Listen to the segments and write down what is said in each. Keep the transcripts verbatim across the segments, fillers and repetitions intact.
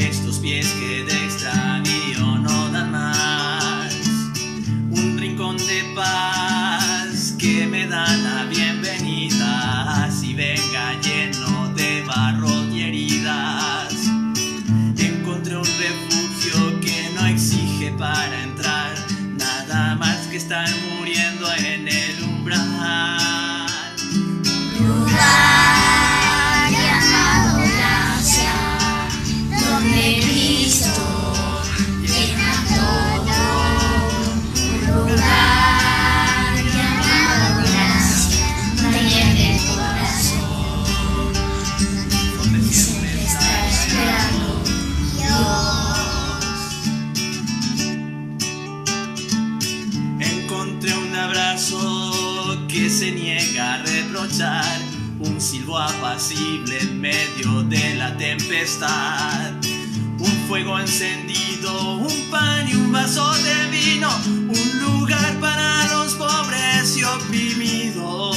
estos pies que de extravío no dan más. Un rincón de paz que me da la bienvenida, así venga lleno de barro y heridas. Encontré un refugio que no exige para entrar nada más que estar muriendo en el umbral. Lugar llamado gracia, donde Cristo llena todo. Un lugar llamado gracia, taller del corazón, donde siempre está esperando Dios. Encontré un abrazo que se niega a reprochar, un silbo apacible en medio de la tempestad, un fuego encendido, un pan y un vaso de vino, un lugar para los pobres y oprimidos.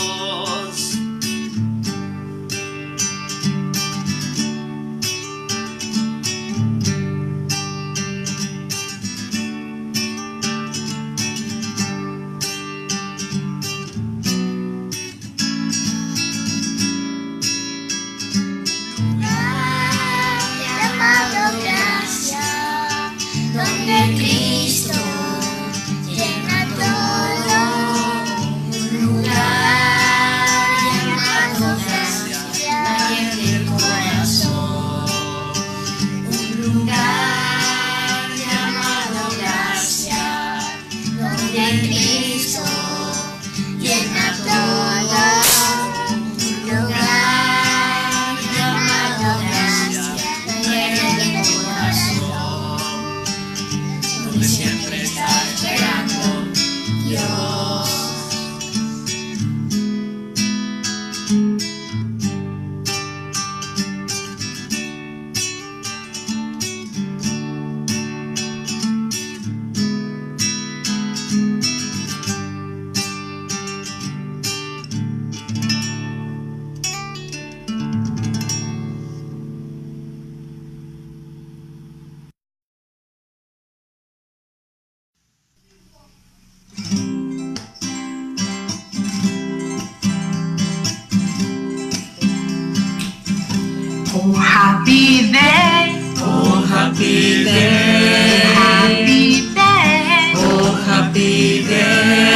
Donde Cristo llena todo. Un lugar llamado gracia, taller del corazón. Un lugar llamado gracia, donde Cristo llena todo. Un lugar llamado gracia, taller del corazón, donde siempre está esperando Dios. Oh, happy day, Oh, happy day, happy day, oh, happy day.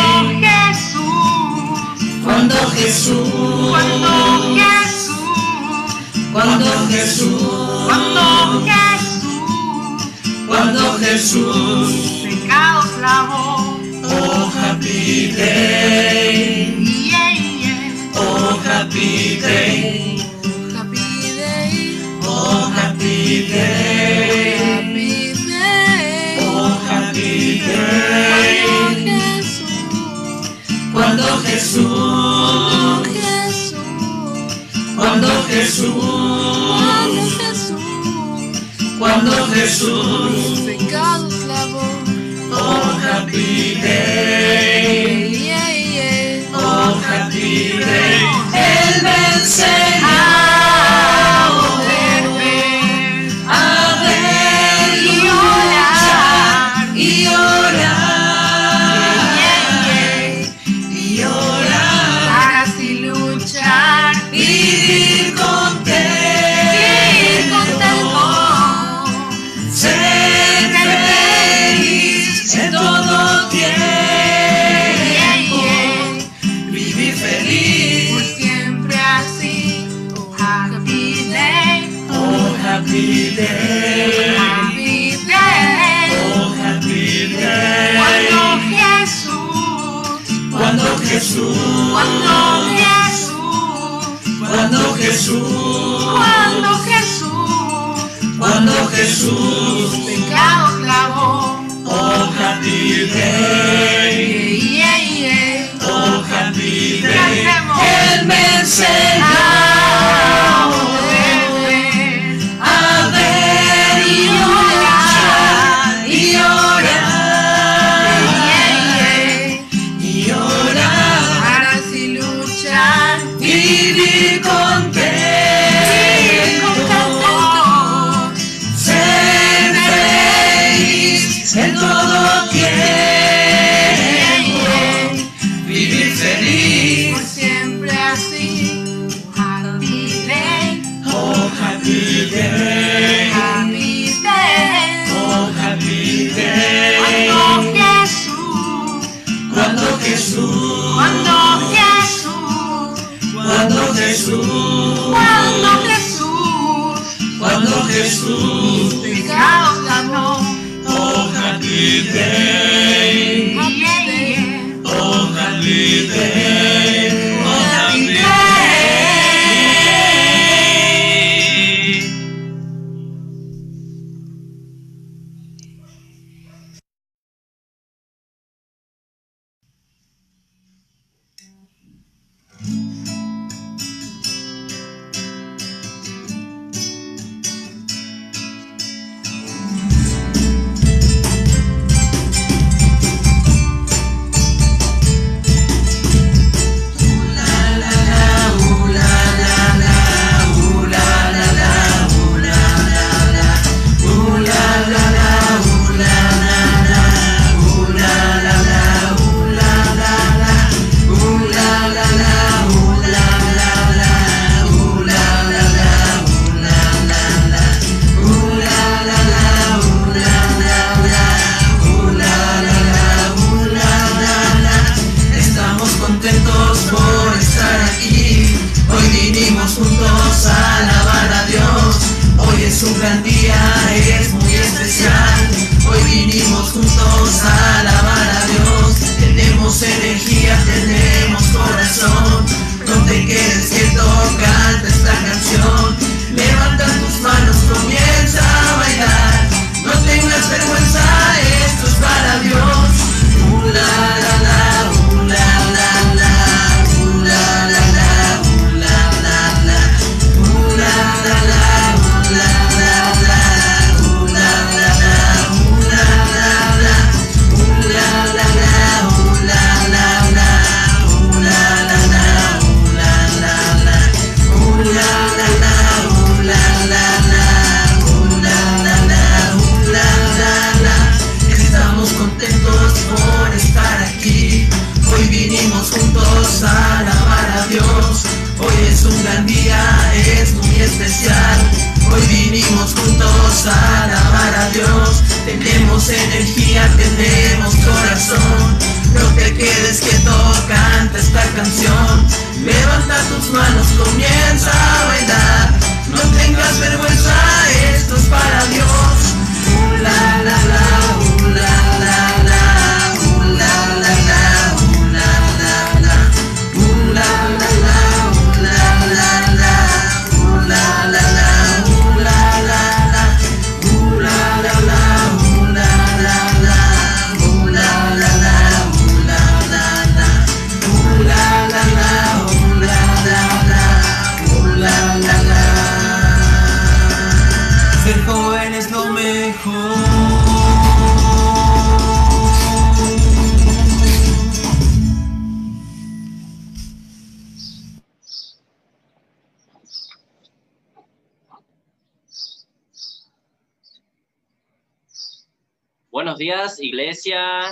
cuando Jesús, Cuando Jesús, cuando Jesús, cuando Jesús, cuando cuando Jesús, Jesús, pecados lavó. oh, happy day, Yeah, yeah. oh, happy day, Happy day, oh, happy day, happy day, oh, happy day. cuando Jesús, Cuando cuando Jesús, Jesús, cuando Jesús, pecados lavó. oh, happy day, Yeah, yeah. oh, happy day. Él me enseña a ver y orar, y orar, y orar, Para así luchar, vivir vivir contento, contento, ser feliz en todo yeah, tiempo, yeah. vivir Por feliz. siempre así. Oh, happy day, Oh, happy day, happy day. oh, happy day. Cuando Jesús, Cuando Jesús, cuando Jesús, cuando Jesús, cuando Jesús, cuando Jesús, pecados lavó. oh, happy day, Yeah, yeah. oh, happy day. Cantemos. Él me enseña a ver y orar, y orar, y orar, Para así luchar, vivir contento, Jesús, pecados clamó. oh happy day, Happy day, oh happy day, oh happy happy day. day. Estamos contentos por estar aquí. Hoy vinimos juntos a alabar a Dios. Hoy es un gran día, es muy especial. Hoy vinimos juntos a alabar a Dios. Tenemos energía, tenemos corazón. No te quedes quieto, canta esta canción. Levanta tus manos, comienza a bailar. No tengas vergüenza, esto es para Dios. Uh, la, la, la, uh, la, la, la, uh, la, la, la, uh, la, la, la, uh, la, la, la, uh, la, la, la, uh, la, la, la, uh, la, la, la, uh, la, la, la, uh, la, la, la, uh, la, la, la, uh, la, la, la, uh, la, la, la, uh, la, la, la, uh, la, la, la, uh, la, la, la. Estamos contentos por estar aquí. Hoy vinimos juntos a alabar a Dios. Hoy es un gran día, es muy especial. Hoy vinimos juntos a alabar a Dios. Tenemos energía, tenemos corazón. No te quedes quieto, canta esta canción. Levanta tus manos, comienza a bailar. No tengas vergüenza, esto es para Dios. Uh, la, la, la, uh, la, la, la, uh, la, la, la, uh, la, la, la, uh, la, la, la, uh, la, la, la, uh, la, la, la, uh, la, la, la, uh, la, la, la, uh, la, la, la, uh, la, la, la, uh, la, la, la, uh, la, la, la, uh, la, la, la, uh, la, la, la. Ser joven es lo mejor. Buenos días, iglesia.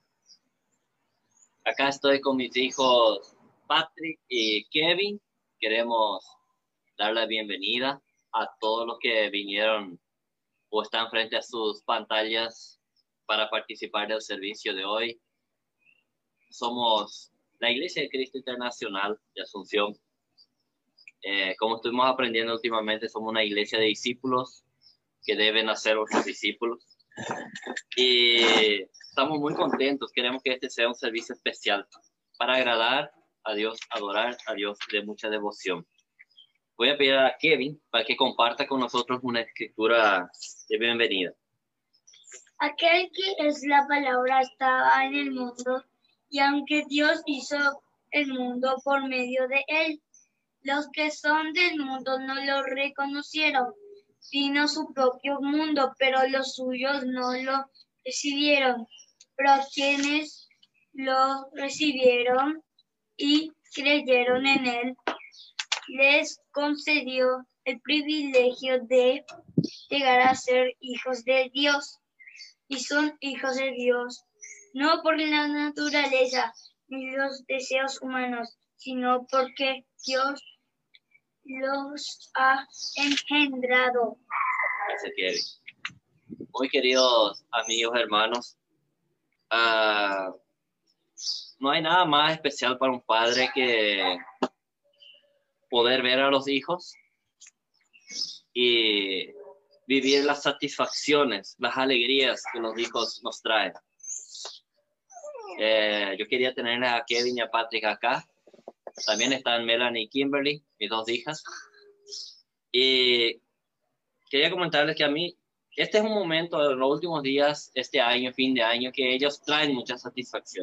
Acá estoy con mis hijos Patrick y Kevin. Queremos dar la bienvenida a todos los que vinieron o están frente a sus pantallas para participar del servicio de hoy. Somos la Iglesia de Cristo Internacional de Asunción. Eh, como estuvimos aprendiendo últimamente, somos una iglesia de discípulos que deben hacer otros discípulos. Y estamos muy contentos. Queremos que este sea un servicio especial para agradar a Dios, adorar a Dios de mucha devoción. Voy a pedir a Kevin para que comparta con nosotros una escritura de bienvenida. Aquel que es la palabra estaba en el mundo, y aunque Dios hizo el mundo por medio de él, los que son del mundo no lo reconocieron. Vino su propio mundo, pero los suyos no lo recibieron. Pero quienes lo recibieron y creyeron en él, les concedió el privilegio de llegar a ser hijos de Dios. Y son hijos de Dios, no por la naturaleza ni los deseos humanos, sino porque Dios los ha engendrado. Gracias, Kevin. Muy queridos amigos, hermanos, uh, no hay nada más especial para un padre que poder ver a los hijos y vivir las satisfacciones, las alegrías que los hijos nos traen. Eh, yo quería tener a Kevin y a Patrick acá. También están Melanie y Kimberly, mis dos hijas. Y quería comentarles que a mí, este es un momento de los últimos días, este año, fin de año, que ellos traen mucha satisfacción.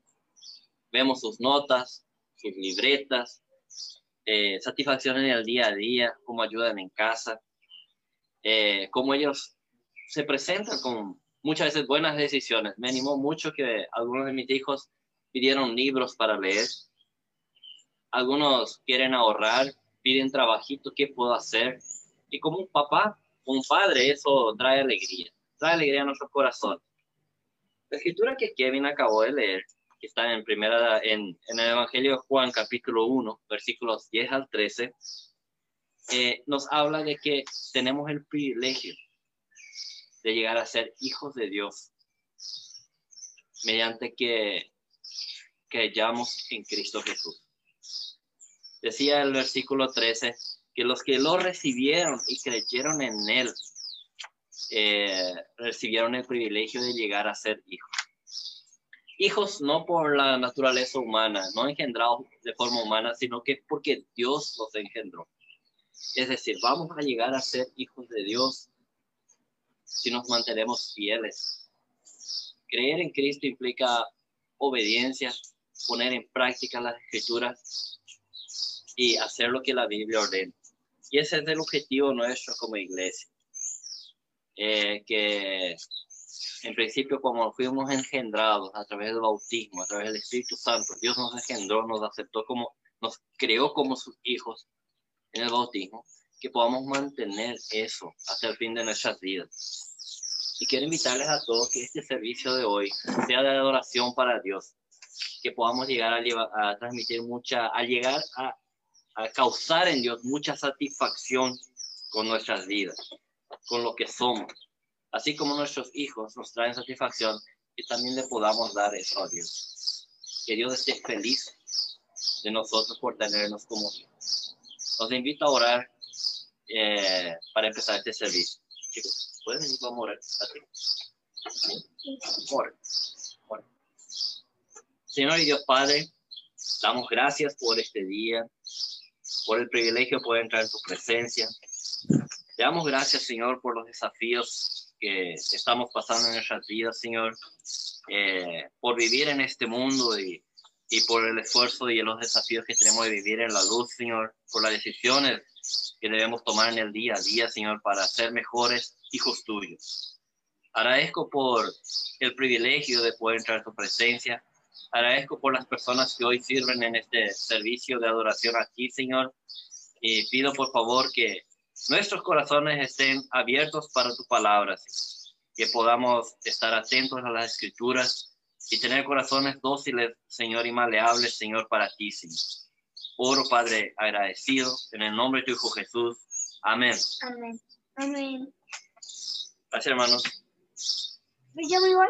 Vemos sus notas, sus libretas, eh, satisfacción en el día a día, cómo ayudan en casa, eh, cómo ellos se presentan con muchas veces buenas decisiones. Me animó mucho que algunos de mis hijos pidieron libros para leer. Algunos quieren ahorrar, piden trabajito, ¿qué puedo hacer? Y como un papá, un padre, eso trae alegría, trae alegría a nuestros corazones. La escritura que Kevin acabó de leer, que está en, primera, en, en el Evangelio de Juan, capítulo uno, versículos diez al trece, eh, nos habla de que tenemos el privilegio de llegar a ser hijos de Dios mediante que creyamos en Cristo Jesús. Decía el versículo trece que los que lo recibieron y creyeron en Él eh, recibieron el privilegio de llegar a ser hijos. Hijos no por la naturaleza humana, no engendrados de forma humana, sino que porque Dios los engendró. Es decir, vamos a llegar a ser hijos de Dios si nos mantenemos fieles. Creer en Cristo implica obediencia, poner en práctica las Escrituras y hacer lo que la Biblia ordena. Y ese es el objetivo nuestro como iglesia. Eh, que en principio, como fuimos engendrados a través del bautismo, a través del Espíritu Santo, Dios nos engendró, nos aceptó como, nos creó como sus hijos en el bautismo, que podamos mantener eso hasta el fin de nuestras vidas. Y quiero invitarles a todos que este servicio de hoy sea de adoración para Dios, que podamos llegar a, llevar, a transmitir mucha, a llegar a, a causar en Dios mucha satisfacción con nuestras vidas, con lo que somos. Así como nuestros hijos nos traen satisfacción, que también le podamos dar eso a Dios. Que Dios esté feliz de nosotros por tenernos como hijos. Los invito a orar eh, para empezar este servicio. Chicos, ¿pueden venir? Vamos a orar. Oren. Oren. Señor y Dios Padre, damos gracias por este día, por el privilegio de poder entrar en tu presencia. Te damos gracias, Señor, por los desafíos que estamos pasando en nuestras vidas, Señor, eh, por vivir en este mundo y, y por el esfuerzo y los desafíos que tenemos de vivir en la luz, Señor, por las decisiones que debemos tomar en el día a día, Señor, para ser mejores hijos tuyos. Agradezco por el privilegio de poder entrar a tu presencia. Agradezco por las personas que hoy sirven en este servicio de adoración aquí, Señor, y pido por favor que nuestros corazones estén abiertos para tu palabra, Señor. Que podamos estar atentos a las Escrituras y tener corazones dóciles, Señor, y maleables, Señor, para ti, Señor. Oro, Padre, agradecido, en el nombre de tu Hijo Jesús. Amén. Amén. Amén. Gracias, hermanos. ¿Me llamo igual?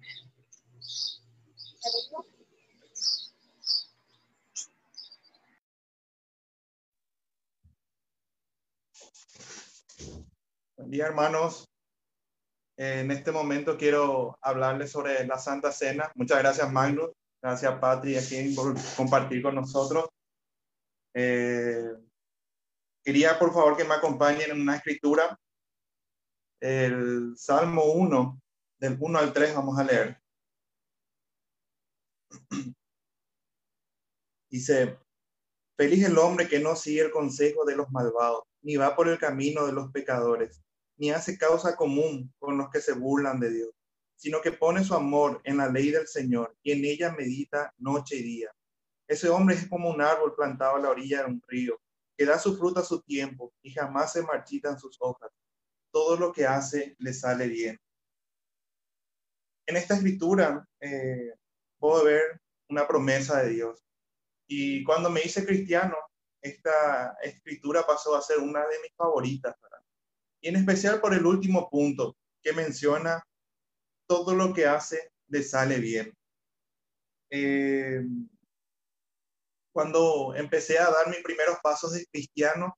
Buen día, hermanos. En este momento quiero hablarles sobre la Santa Cena. Muchas gracias, Magnus. Gracias, Patri, aquí por compartir con nosotros. Eh, quería, por favor, que me acompañen en una escritura. El Salmo uno, del uno al tres, vamos a leer. Dice: feliz el hombre que no sigue el consejo de los malvados, ni va por el camino de los pecadores, ni hace causa común con los que se burlan de Dios, sino que pone su amor en la ley del Señor y en ella medita noche y día. Ese hombre es como un árbol plantado a la orilla de un río, que da su fruto a su tiempo y jamás se marchitan sus hojas. Todo lo que hace le sale bien. En esta escritura eh, puedo ver una promesa de Dios. Y cuando me hice cristiano, esta escritura pasó a ser una de mis favoritas, ¿verdad? Y en especial por el último punto que menciona: todo lo que hace le sale bien. Eh, cuando empecé a dar mis primeros pasos de cristiano,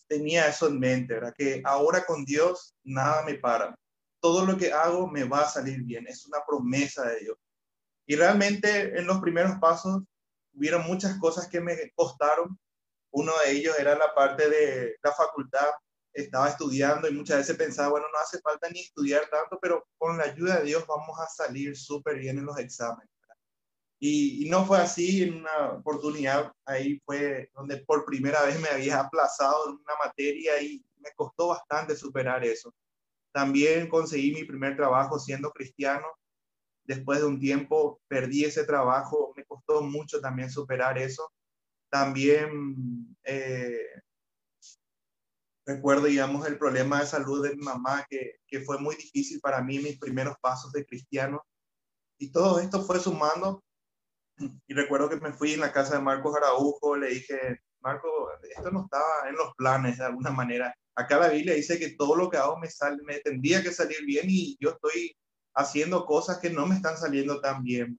tenía eso en mente, ¿verdad? Que ahora con Dios nada me para. Todo lo que hago me va a salir bien. Es una promesa de Dios. Y realmente en los primeros pasos hubieron muchas cosas que me costaron. Uno de ellos era la parte de la facultad. Estaba estudiando y muchas veces pensaba, bueno, no hace falta ni estudiar tanto, pero con la ayuda de Dios vamos a salir súper bien en los exámenes. Y, y no fue así. En una oportunidad ahí fue donde por primera vez me había aplazado en una materia y me costó bastante superar eso. También conseguí mi primer trabajo siendo cristiano. Después de un tiempo perdí ese trabajo, me costó mucho también superar eso. También eh, recuerdo, digamos, el problema de salud de mi mamá, que, que fue muy difícil para mí, mis primeros pasos de cristiano. Y todo esto fue sumando. Y recuerdo que me fui en la casa de Marcos Araujo, le dije, Marco, esto no estaba en los planes de alguna manera. Acá la Biblia dice que todo lo que hago me, sale, me tendría que salir bien y yo estoy haciendo cosas que no me están saliendo tan bien.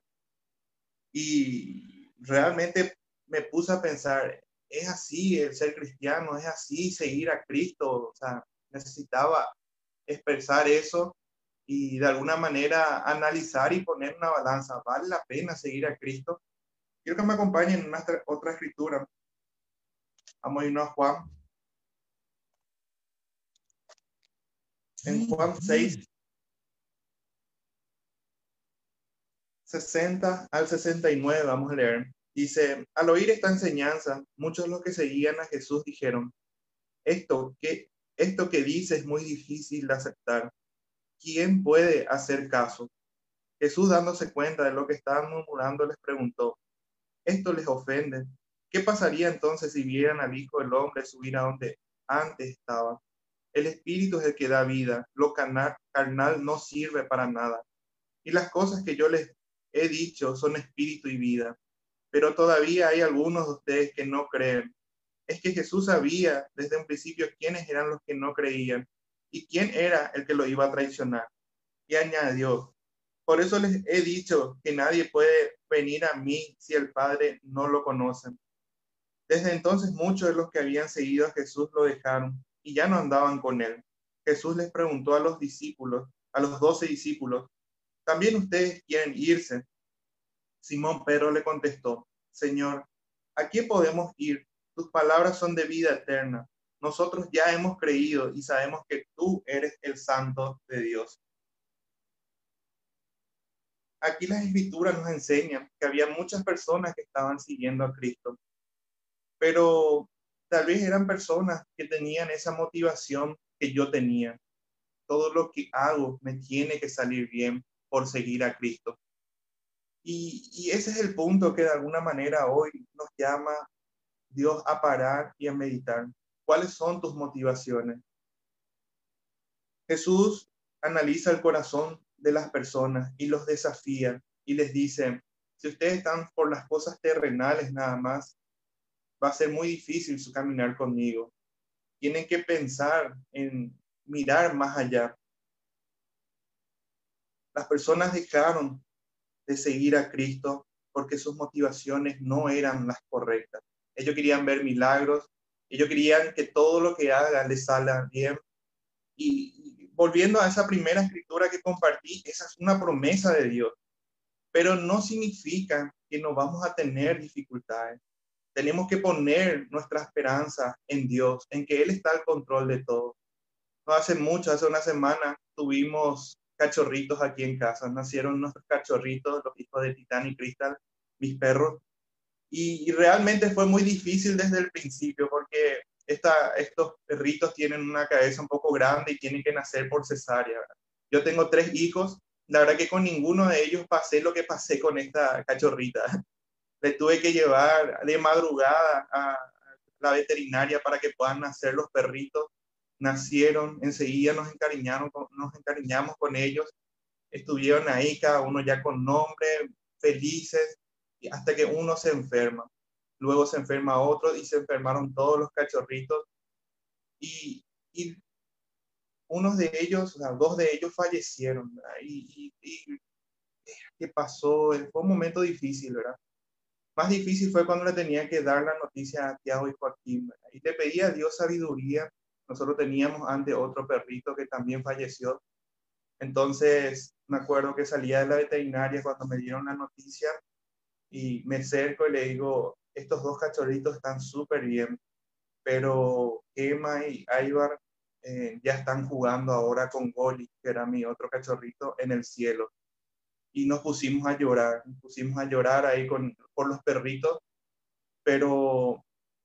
Y realmente me puse a pensar, es así el ser cristiano, es así seguir a Cristo. O sea, necesitaba expresar eso y de alguna manera analizar y poner una balanza. ¿Vale la pena seguir a Cristo? Quiero que me acompañen en una otra escritura. Vamos a irnos a Juan. En Juan seis, sesenta al sesenta y nueve, vamos a leer. Dice, al oír esta enseñanza, muchos de los que seguían a Jesús dijeron, esto que, esto que dice es muy difícil de aceptar. ¿Quién puede hacer caso? Jesús, dándose cuenta de lo que estaban murmurando, les preguntó, ¿esto les ofende? ¿Qué pasaría entonces si vieran al Hijo del Hombre subir a donde antes estaba? El Espíritu es el que da vida, lo carnal, carnal no sirve para nada. Y las cosas que yo les he dicho son espíritu y vida. Pero todavía hay algunos de ustedes que no creen. Es que Jesús sabía desde un principio quiénes eran los que no creían y quién era el que lo iba a traicionar. Y añadió, por eso les he dicho que nadie puede venir a mí si el Padre no lo conoce. Desde entonces muchos de los que habían seguido a Jesús lo dejaron y ya no andaban con él. Jesús les preguntó a los discípulos, a los doce discípulos, ¿también ustedes quieren irse? Simón Pedro le contestó, Señor, ¿a quién podemos ir? Tus palabras son de vida eterna. Nosotros ya hemos creído y sabemos que tú eres el Santo de Dios. Aquí las escrituras nos enseñan que había muchas personas que estaban siguiendo a Cristo, pero tal vez eran personas que tenían esa motivación que yo tenía. Todo lo que hago me tiene que salir bien por seguir a Cristo. Y, y ese es el punto que de alguna manera hoy nos llama Dios a parar y a meditar. ¿Cuáles son tus motivaciones? Jesús analiza el corazón de las personas y los desafía y les dice, si ustedes están por las cosas terrenales nada más, va a ser muy difícil su caminar conmigo. Tienen que pensar en mirar más allá. Las personas dejaron de seguir a Cristo porque sus motivaciones no eran las correctas. Ellos querían ver milagros, ellos querían que todo lo que hagan les salga bien. Y, y volviendo a esa primera escritura que compartí, esa es una promesa de Dios, pero no significa que no vamos a tener dificultades. Tenemos que poner nuestra esperanza en Dios, en que Él está al control de todo. No hace mucho, hace una semana, tuvimos cachorritos aquí en casa. Nacieron nuestros cachorritos, los hijos de Titán y Cristal, mis perros. Y, y realmente fue muy difícil desde el principio porque esta, estos perritos tienen una cabeza un poco grande y tienen que nacer por cesárea, ¿verdad? Yo tengo tres hijos. La verdad que con ninguno de ellos pasé lo que pasé con esta cachorrita. Le tuve que llevar de madrugada a la veterinaria para que puedan nacer los perritos. Nacieron, enseguida nos encariñaron, nos encariñamos con ellos. Estuvieron ahí, cada uno ya con nombre, felices, hasta que uno se enferma. Luego se enferma otro y se enfermaron todos los cachorritos. Y, y unos de ellos, o sea, dos de ellos fallecieron, ¿verdad? Y, y, y ¿qué pasó? Fue un momento difícil, ¿verdad? Más difícil fue cuando le tenía que dar la noticia a Tiago y Joaquín, ¿verdad? Y le pedí a Dios sabiduría. Nosotros teníamos antes otro perrito que también falleció. Entonces, me acuerdo que salía de la veterinaria cuando me dieron la noticia y me acerco y le digo, estos dos cachorritos están súper bien, pero Emma y Aibar eh, ya están jugando ahora con Goli, que era mi otro cachorrito, en el cielo. Y nos pusimos a llorar, nos pusimos a llorar ahí con, por los perritos, pero,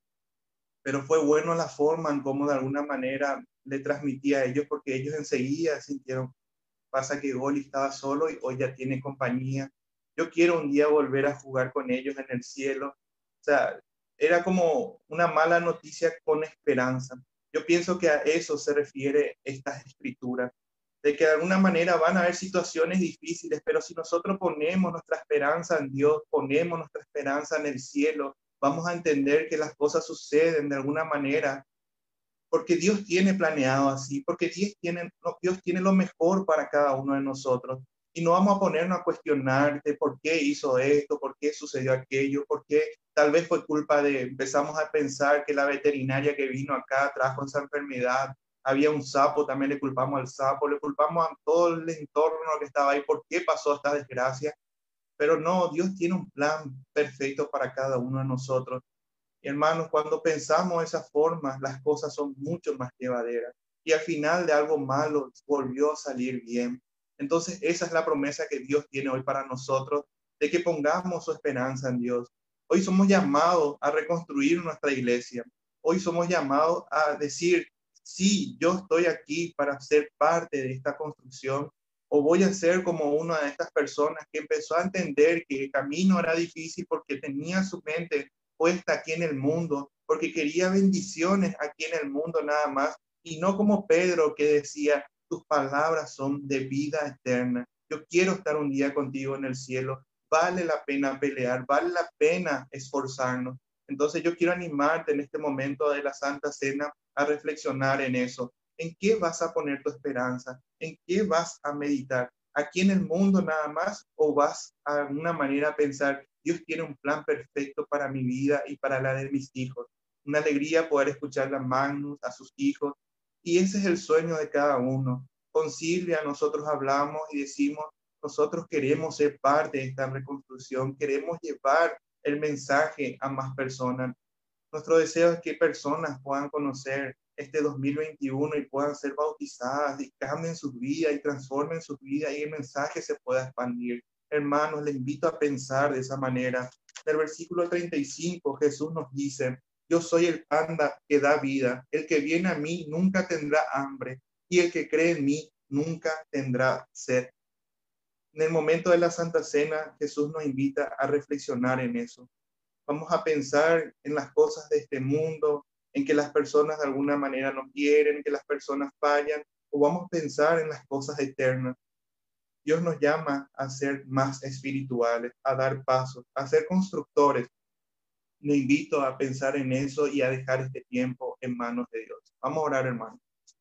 pero fue bueno la forma en cómo de alguna manera le transmitía a ellos, porque ellos enseguida sintieron, pasa que Goli estaba solo y hoy ya tiene compañía. Yo quiero un día volver a jugar con ellos en el cielo. O sea, era como una mala noticia con esperanza. Yo pienso que a eso se refiere estas escrituras, de que de alguna manera van a haber situaciones difíciles, pero si nosotros ponemos nuestra esperanza en Dios, ponemos nuestra esperanza en el cielo, vamos a entender que las cosas suceden de alguna manera porque Dios tiene planeado así, porque Dios tiene, Dios tiene lo mejor para cada uno de nosotros. Y no vamos a ponernos a cuestionarte por qué hizo esto, por qué sucedió aquello, por qué tal vez fue culpa de, empezamos a pensar que la veterinaria que vino acá trajo esa enfermedad, había un sapo, también le culpamos al sapo, le culpamos a todo el entorno que estaba ahí, por qué pasó esta desgracia. Pero no, Dios tiene un plan perfecto para cada uno de nosotros. Y hermanos, cuando pensamos de esa forma, las cosas son mucho más llevaderas. Y al final de algo malo volvió a salir bien. Entonces, esa es la promesa que Dios tiene hoy para nosotros, de que pongamos su esperanza en Dios. Hoy somos llamados a reconstruir nuestra iglesia. Hoy somos llamados a decir, sí, yo estoy aquí para ser parte de esta construcción, o voy a ser como una de estas personas que empezó a entender que el camino era difícil porque tenía su mente puesta aquí en el mundo, porque quería bendiciones aquí en el mundo nada más, y no como Pedro que decía, tus palabras son de vida eterna. Yo quiero estar un día contigo en el cielo. Vale la pena pelear, vale la pena esforzarnos. Entonces yo quiero animarte en este momento de la Santa Cena a reflexionar en eso. ¿En qué vas a poner tu esperanza? ¿En qué vas a meditar? ¿Aquí en el mundo nada más? ¿O vas a alguna manera a pensar, Dios tiene un plan perfecto para mi vida y para la de mis hijos? Una alegría poder escuchar a Magnus, a sus hijos. Y ese es el sueño de cada uno. Con Silvia nosotros hablamos y decimos, nosotros queremos ser parte de esta reconstrucción, queremos llevar el mensaje a más personas. Nuestro deseo es que personas puedan conocer este dos mil veintiuno y puedan ser bautizadas y cambien sus vidas y transformen sus vidas y el mensaje se pueda expandir. Hermanos, les invito a pensar de esa manera. En el versículo treinta y cinco, Jesús nos dice, yo soy el pan que da vida. El que viene a mí nunca tendrá hambre y el que cree en mí nunca tendrá sed. En el momento de la Santa Cena, Jesús nos invita a reflexionar en eso. Vamos a pensar en las cosas de este mundo, en que las personas de alguna manera no quieren, que las personas fallan, o vamos a pensar en las cosas eternas. Dios nos llama a ser más espirituales, a dar pasos, a ser constructores. Le invito a pensar en eso y a dejar este tiempo en manos de Dios. Vamos a orar, hermano.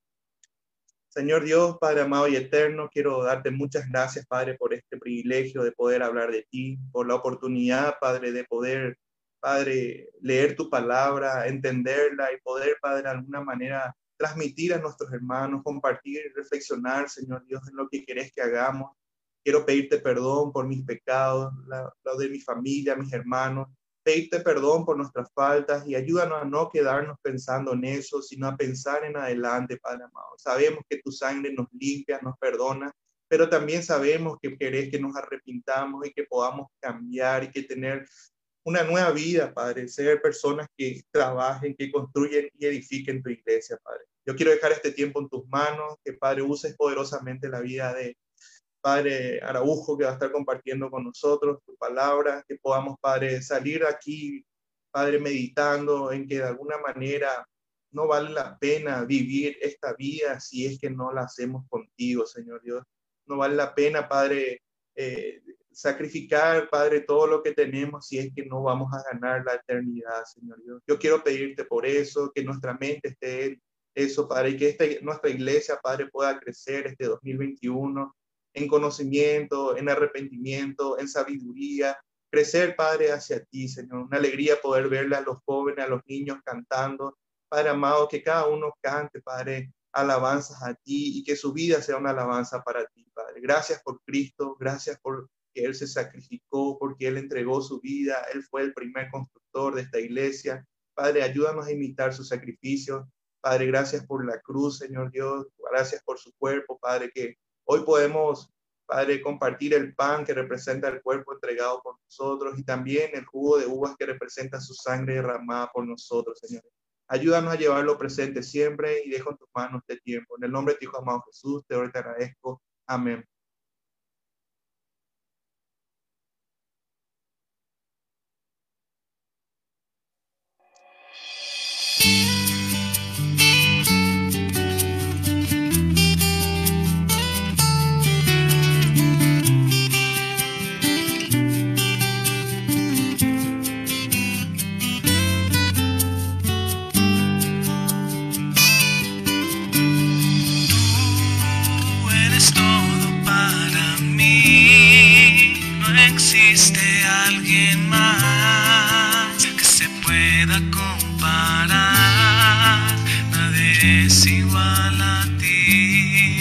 Señor Dios, Padre amado y eterno, quiero darte muchas gracias, Padre, por este privilegio de poder hablar de ti, por la oportunidad, Padre, de poder, Padre, leer tu palabra, entenderla y poder, Padre, de alguna manera transmitir a nuestros hermanos, compartir y reflexionar, Señor Dios, en lo que querés que hagamos. Quiero pedirte perdón por mis pecados, lo de mi familia, mis hermanos, pedirte perdón por nuestras faltas y ayúdanos a no quedarnos pensando en eso, sino a pensar en adelante, Padre amado. Sabemos que tu sangre nos limpia, nos perdona, pero también sabemos que querés que nos arrepintamos y que podamos cambiar y que tener una nueva vida, Padre, ser personas que trabajen, que construyen y edifiquen tu iglesia, Padre. Yo quiero dejar este tiempo en tus manos, que, Padre, uses poderosamente la vida de Padre Araujo, que va a estar compartiendo con nosotros tu palabra, que podamos, Padre, salir aquí, Padre, meditando en que de alguna manera no vale la pena vivir esta vida si es que no la hacemos contigo, Señor Dios. No vale la pena, Padre, eh, sacrificar, Padre, todo lo que tenemos si es que no vamos a ganar la eternidad, Señor Dios. Yo quiero pedirte por eso, que nuestra mente esté en eso, Padre, y que esta, nuestra iglesia, Padre, pueda crecer este dos mil veintiuno en conocimiento, en arrepentimiento, en sabiduría, crecer, Padre, hacia ti, Señor. Una alegría poder verle a los jóvenes, a los niños cantando. Padre amado, que cada uno cante, Padre, alabanzas a ti y que su vida sea una alabanza para ti, Padre. Gracias por Cristo, gracias por que Él se sacrificó, porque Él entregó su vida. Él fue el primer constructor de esta iglesia. Padre, ayúdanos a imitar su sacrificio. Padre, gracias por la cruz, Señor Dios. Gracias por su cuerpo, Padre, que hoy podemos, Padre, compartir el pan que representa el cuerpo entregado por nosotros y también el jugo de uvas que representa su sangre derramada por nosotros, Señor. Ayúdanos a llevarlo presente siempre y dejo en tus manos este tiempo. En el nombre de tu Hijo amado Jesús, te oro y te agradezco. Amén. Existe alguien más que se pueda comparar, nadie es igual a ti.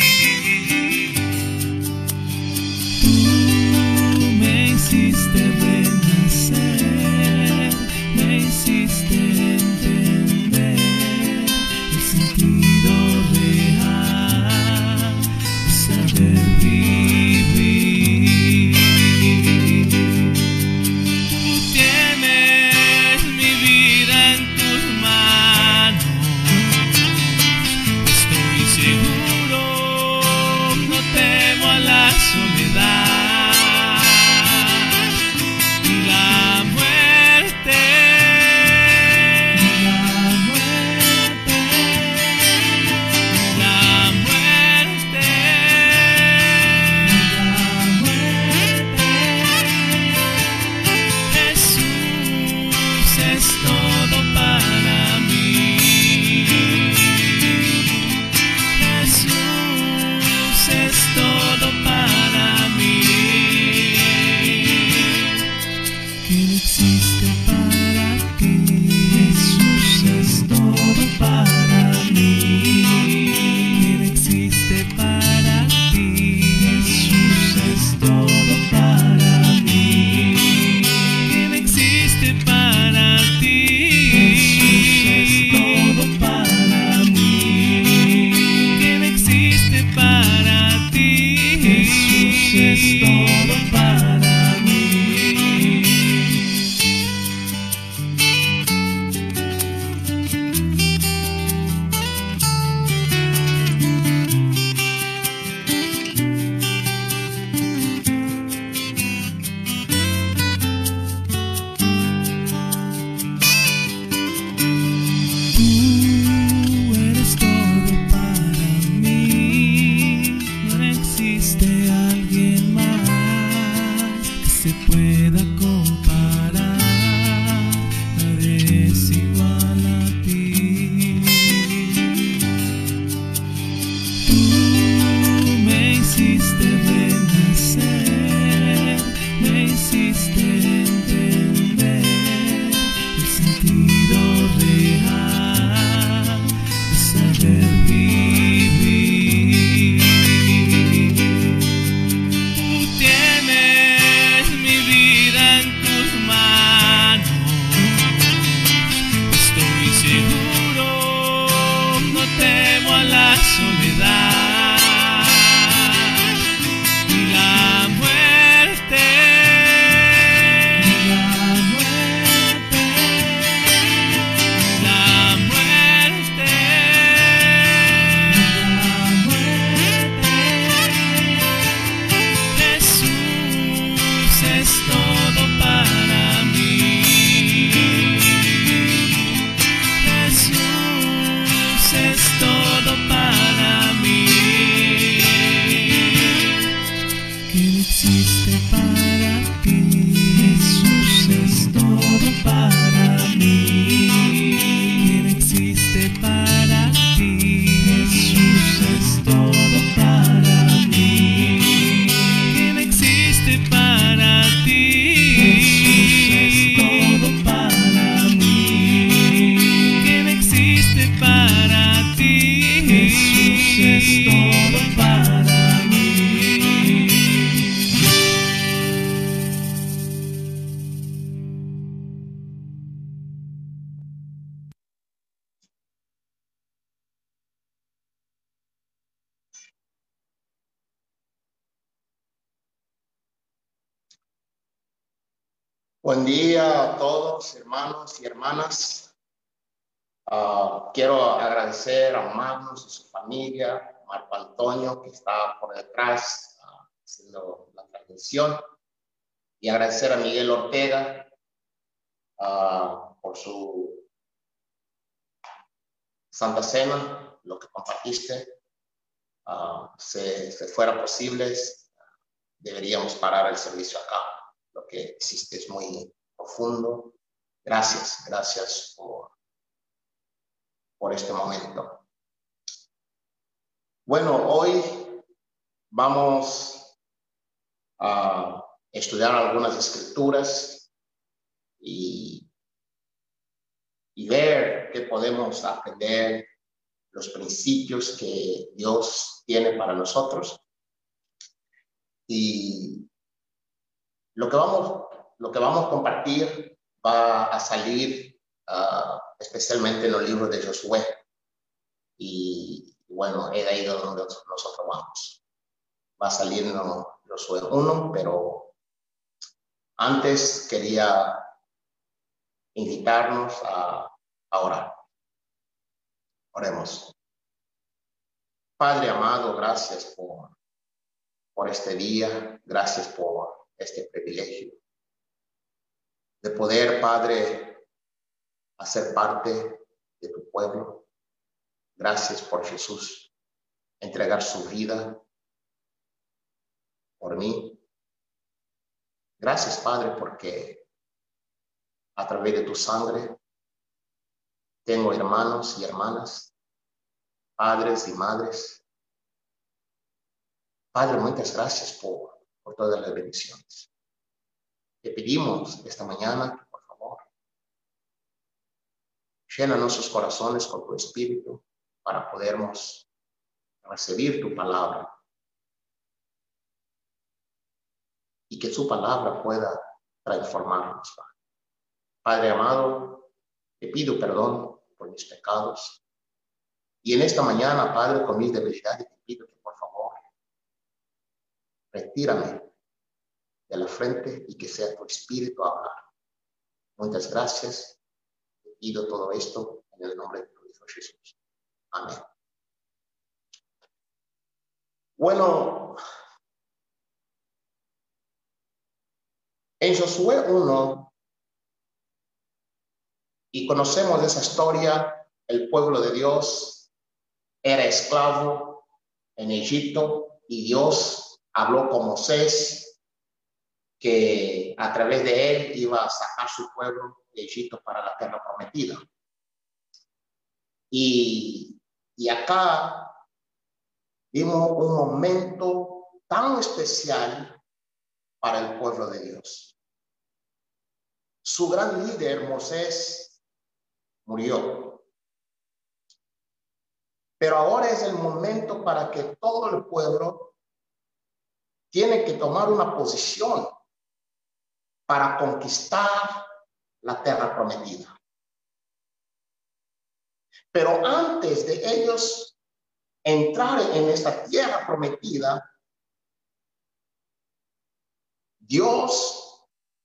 Tú me hiciste renacer, me hiciste entender el sentido real de saber vivir. Tienes mi vida en Buen día a todos, hermanos y hermanas. Uh, quiero agradecer a Magnus y su familia, Marco Antonio, que está por detrás uh, haciendo la transmisión, y agradecer a Miguel Ortega uh, por su Santa Cena, lo que compartiste. Uh, si, si fuera posible, deberíamos parar el servicio acá. Lo que hiciste es muy profundo. Gracias, gracias por, por este momento. Bueno, hoy vamos a estudiar algunas escrituras y, y ver qué podemos aprender, los principios que Dios tiene para nosotros. Y Lo que, vamos, lo que vamos a compartir va a salir uh, especialmente en los libros de Josué. Y bueno, es ahí donde nosotros vamos. Va a salir en Josué uno, pero antes quería invitarnos a, a orar. Oremos. Padre amado, gracias por, por este día. Gracias por este privilegio de poder, Padre, hacer parte de tu pueblo. Gracias por Jesús, entregar su vida por mí. Gracias, Padre, porque a través de tu sangre tengo hermanos y hermanas, padres y madres. Padre, muchas gracias por por todas las bendiciones. Te pedimos esta mañana que, por favor, llena nuestros corazones con tu espíritu para podernos recibir tu palabra y que tu palabra pueda transformarnos. Padre, Padre amado, te pido perdón por mis pecados y en esta mañana, Padre, con mis debilidades te pido que, por favor, retírame de la frente y que sea tu espíritu a hablar. Muchas gracias. Te pido todo esto en el nombre de tu Hijo Jesús. Amén. Bueno, en Josué uno, y conocemos esa historia, el pueblo de Dios era esclavo en Egipto y Dios habló con Moisés que a través de él iba a sacar su pueblo de Egipto para la tierra prometida. Y, y acá vimos un momento tan especial para el pueblo de Dios. Su gran líder, Moisés, murió. Pero ahora es el momento para que todo el pueblo tiene que tomar una posición para conquistar la tierra prometida. Pero antes de ellos entrar en esta tierra prometida, Dios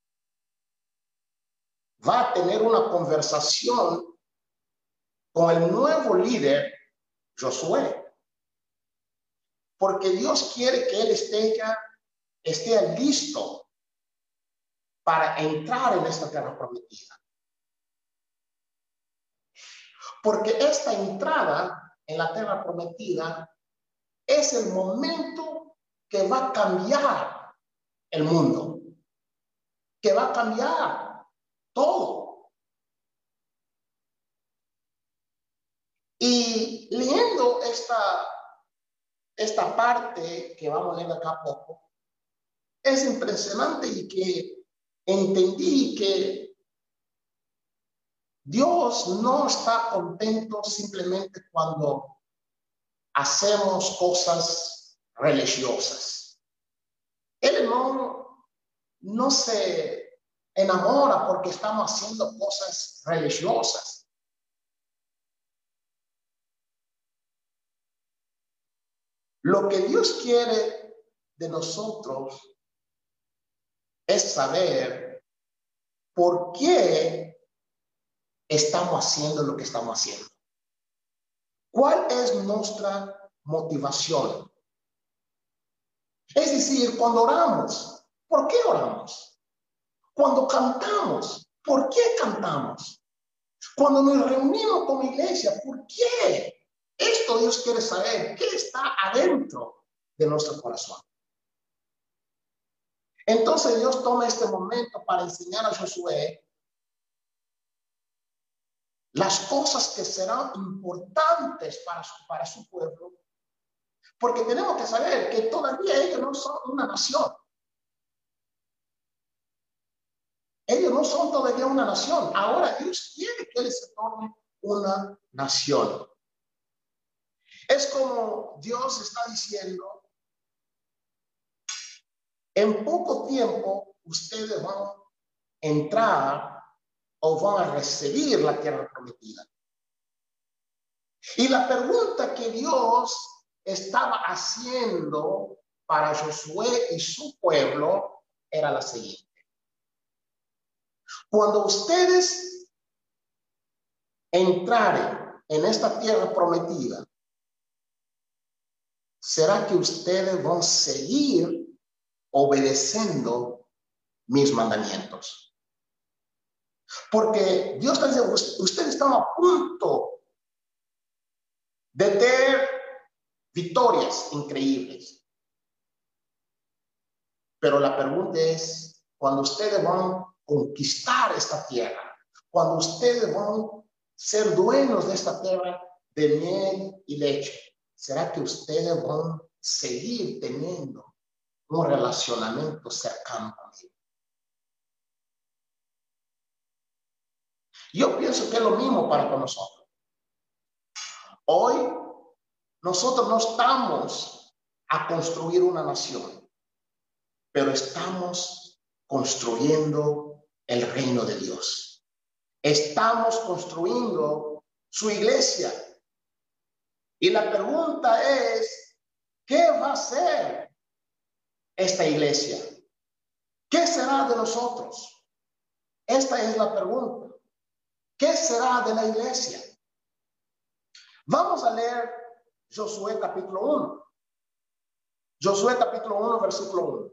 va a tener una conversación con el nuevo líder, Josué. Porque Dios quiere que él esté, ya, esté listo para entrar en esta tierra prometida. Porque esta entrada en la tierra prometida es el momento que va a cambiar el mundo, que va a cambiar todo. Y leyendo esta, esta parte que vamos a leer acá a poco, es impresionante y que entendí que Dios no está contento simplemente cuando hacemos cosas religiosas. Él no, no se enamora porque estamos haciendo cosas religiosas. Lo que Dios quiere de nosotros es saber ¿por qué estamos haciendo lo que estamos haciendo? ¿Cuál es nuestra motivación? Es decir, cuando oramos, ¿por qué oramos? Cuando cantamos, ¿por qué cantamos? Cuando nos reunimos como iglesia, ¿por qué? Esto Dios quiere saber, ¿qué está adentro de nuestro corazón? Entonces Dios toma este momento para enseñar a Josué las cosas que serán importantes para su, para su pueblo, porque tenemos que saber que todavía ellos no son una nación. Ellos no son todavía una nación. Ahora Dios quiere que ellos se tornen una nación. Es como Dios está diciendo, en poco tiempo ustedes van a entrar o van a recibir la tierra prometida. Y la pregunta que Dios estaba haciendo para Josué y su pueblo era la siguiente. Cuando ustedes entraren en esta tierra prometida, ¿será que ustedes van a seguir obedeciendo mis mandamientos? Porque Dios está diciendo, ustedes están a punto de tener victorias increíbles. Pero la pregunta es, cuando ustedes van a conquistar esta tierra, cuando ustedes van a ser dueños de esta tierra de miel y leche, ¿será que ustedes van a seguir teniendo un relacionamiento cercano conmigo? Yo pienso que es lo mismo para con nosotros. Hoy nosotros no estamos a construir una nación, pero estamos construyendo el reino de Dios. Estamos construyendo su iglesia. Y la pregunta es, ¿qué va a hacer esta iglesia? ¿Qué será de nosotros? Esta es la pregunta. ¿Qué será de la iglesia? Vamos a leer Josué capítulo uno. Josué capítulo uno, versículo uno.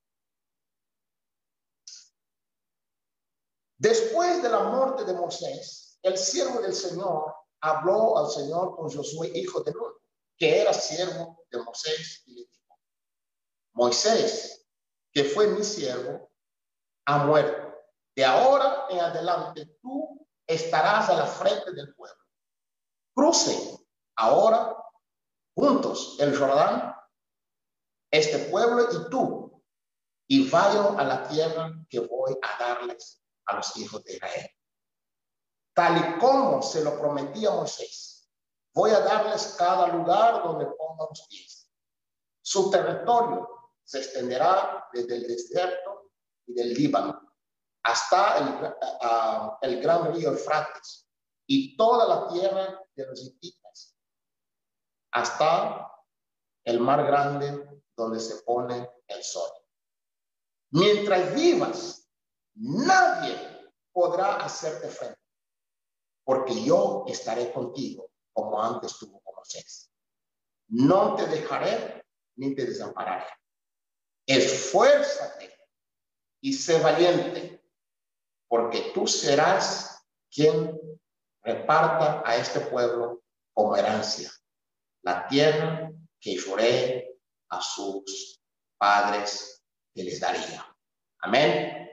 Después de la muerte de Moisés, el siervo del Señor habló al Señor con Josué, hijo de Nun, que era siervo de Moisés, y le dijo: Moisés, que fue mi siervo, ha muerto. De ahora en adelante tú estarás a la frente del pueblo. Crucen ahora juntos el Jordán, este pueblo y tú, y vayan a la tierra que voy a darles a los hijos de Israel. Tal y como se lo prometí a Moisés, voy a darles cada lugar donde pongan los pies. Su territorio se extenderá desde el desierto y del Líbano hasta el, uh, el gran río Eufrates y toda la tierra de los hititas, hasta el mar grande donde se pone el sol. Mientras vivas, nadie podrá hacerte frente, porque yo estaré contigo como antes tuvo con Moisés. No te dejaré ni te desampararé. Esfuérzate y sé valiente, porque tú serás quien reparta a este pueblo como herencia la tierra que juré a sus padres que les daría. Amén.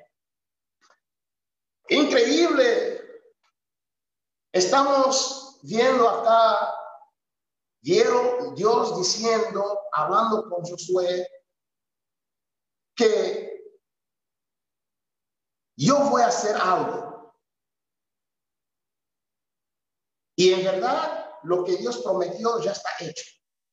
Increíble. Estamos viendo acá Dios diciendo, hablando con Josué, que yo voy a hacer algo. Y en verdad, lo que Dios prometió ya está hecho.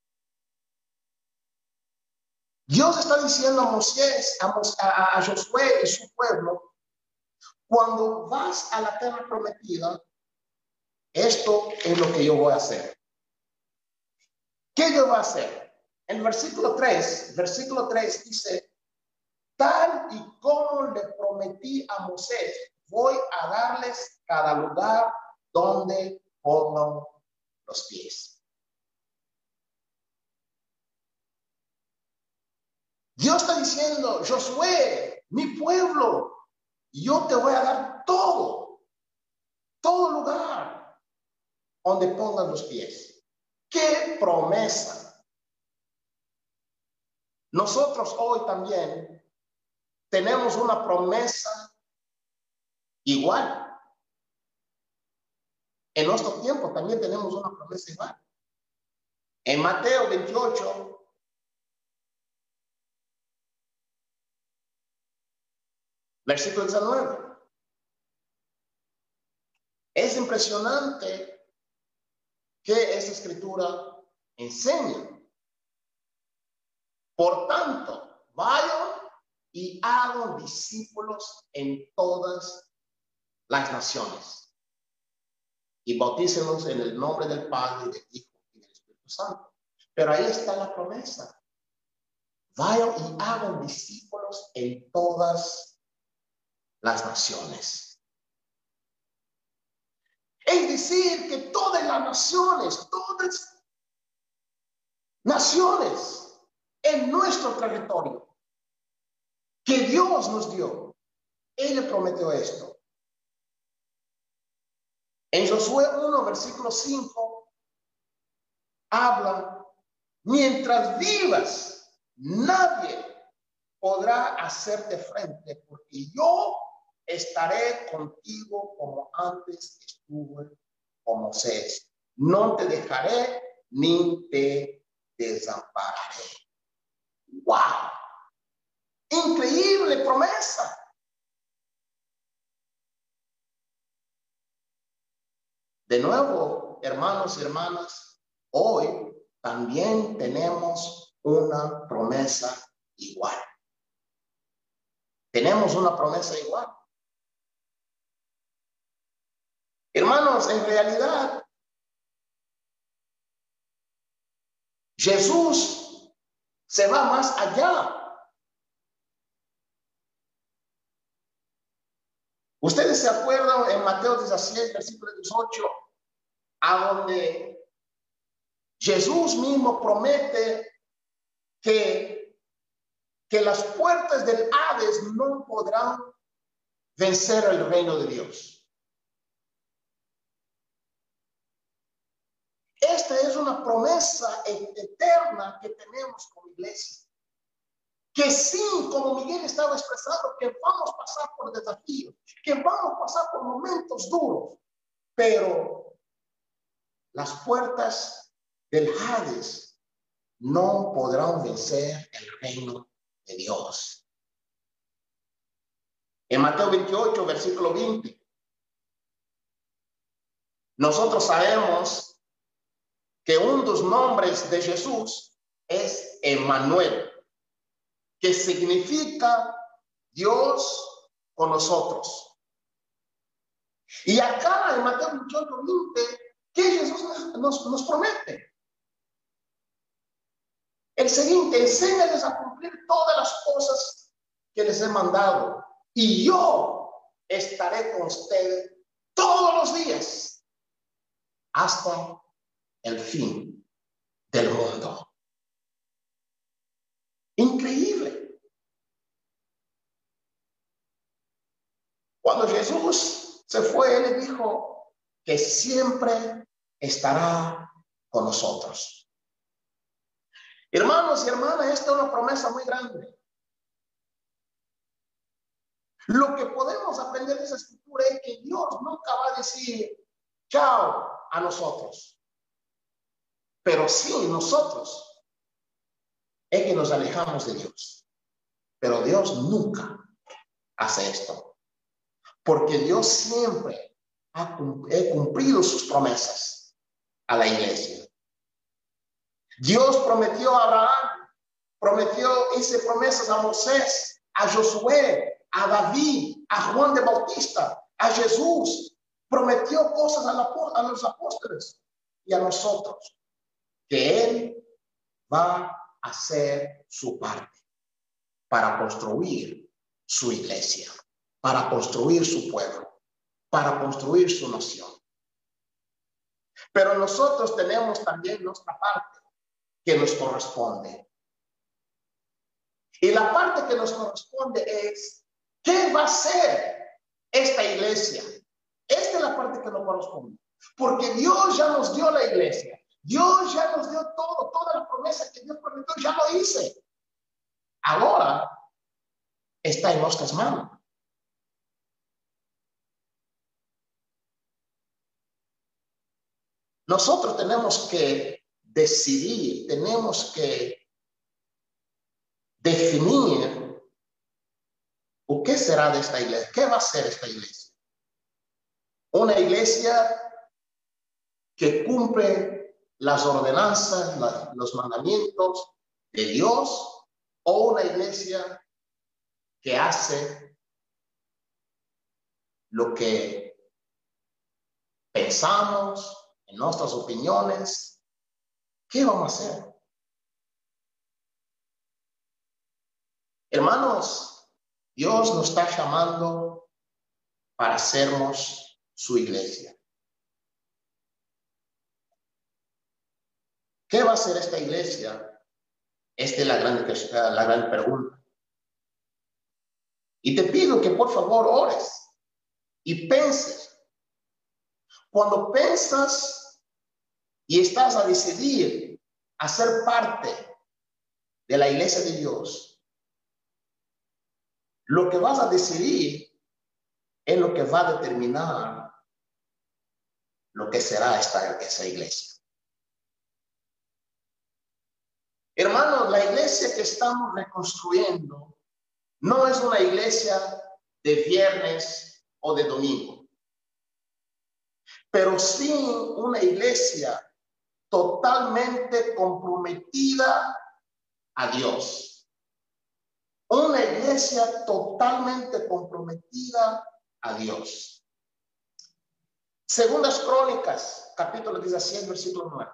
Dios está diciendo a Moisés, a, a, a Josué y su pueblo, cuando vas a la tierra prometida, esto es lo que yo voy a hacer. ¿Qué yo voy a hacer? En versículo tres, versículo tres dice, tal y como le prometí a Moisés, voy a darles cada lugar donde pongan los pies. Dios está diciendo, Josué, mi pueblo, yo te voy a dar todo, todo lugar donde pongan los pies. ¡Qué promesa! Nosotros hoy también tenemos una promesa igual. En nuestro tiempo también tenemos una promesa igual. En Mateo veintiocho, versículo diecinueve. Es impresionante que esta escritura enseña. Por tanto, vayan y hagan discípulos en todas las naciones y bautícenlos en el nombre del Padre, del Hijo y del Espíritu Santo. Pero ahí está la promesa. Vayan y hagan discípulos en todas las naciones. Es decir, que todas las naciones, todas naciones en nuestro territorio que Dios nos dio, Él le prometió esto. En Josué uno, versículo cinco, habla, mientras vivas, nadie podrá hacerte frente, porque yo estaré contigo como antes estuve con Moisés. No te dejaré ni te desampararé. ¡Wow! Increíble promesa. De nuevo, hermanos y hermanas, hoy también tenemos una promesa igual. Tenemos una promesa igual. Hermanos, en realidad, Jesús se va más allá. Ustedes se acuerdan en Mateo dieciséis, versículo dieciocho, a donde Jesús mismo promete que, que las puertas del Hades no podrán vencer el reino de Dios. Esta es una promesa eterna que tenemos como iglesia. Que sí, como Miguel estaba expresando, que vamos a pasar por desafíos, que vamos a pasar por momentos duros, pero las puertas del Hades no podrán vencer el reino de Dios. En Mateo veintiocho, versículo veinte, nosotros sabemos que uno de los nombres de Jesús es Emmanuel, que significa Dios con nosotros. Y acá en Mateo veintiocho, veinte, ¿qué Jesús nos, nos promete? El siguiente, enséñales a cumplir todas las cosas que les he mandado, y yo estaré con ustedes todos los días hasta el fin del mundo. Increíble. Cuando Jesús se fue, Él le dijo que siempre estará con nosotros. Hermanos y hermanas, esta es una promesa muy grande. Lo que podemos aprender de esa escritura es que Dios nunca va a decir chao a nosotros. Pero sí, nosotros es que nos alejamos de Dios. Pero Dios nunca hace esto. Porque Dios siempre ha cumplido sus promesas a la iglesia. Dios prometió a Abraham, prometió, hizo promesas a Moisés, a Josué, a David, a Juan de Bautista, a Jesús. Prometió cosas a, la, a los apóstoles y a nosotros. Que Él va a hacer su parte para construir su iglesia. para construir su pueblo, para construir su nación. Pero nosotros tenemos también nuestra parte que nos corresponde. Y la parte que nos corresponde es, ¿qué va a hacer esta iglesia? Esta es la parte que nos corresponde. Porque Dios ya nos dio la iglesia. Dios ya nos dio todo, todas las promesas que Dios prometió, ya lo hice. Ahora está en nuestras manos. Nosotros tenemos que decidir, tenemos que definir o qué será de esta iglesia, qué va a ser esta iglesia. Una iglesia que cumple las ordenanzas, la, los mandamientos de Dios, o una iglesia que hace lo que pensamos, en nuestras opiniones. ¿Qué vamos a hacer? Hermanos, Dios nos está llamando para sermos su iglesia. ¿Qué va a hacer esta iglesia? Esta es la gran, la gran pregunta. Y te pido que por favor ores y penses. Cuando piensas y estás a decidir a ser parte de la iglesia de Dios, lo que vas a decidir es lo que va a determinar lo que será esta, esa iglesia. Hermanos, la iglesia que estamos reconstruyendo no es una iglesia de viernes o de domingo, pero sí una iglesia totalmente comprometida a Dios. Una iglesia totalmente comprometida a Dios. Segundas Crónicas, capítulo diecisiete, versículo nueve.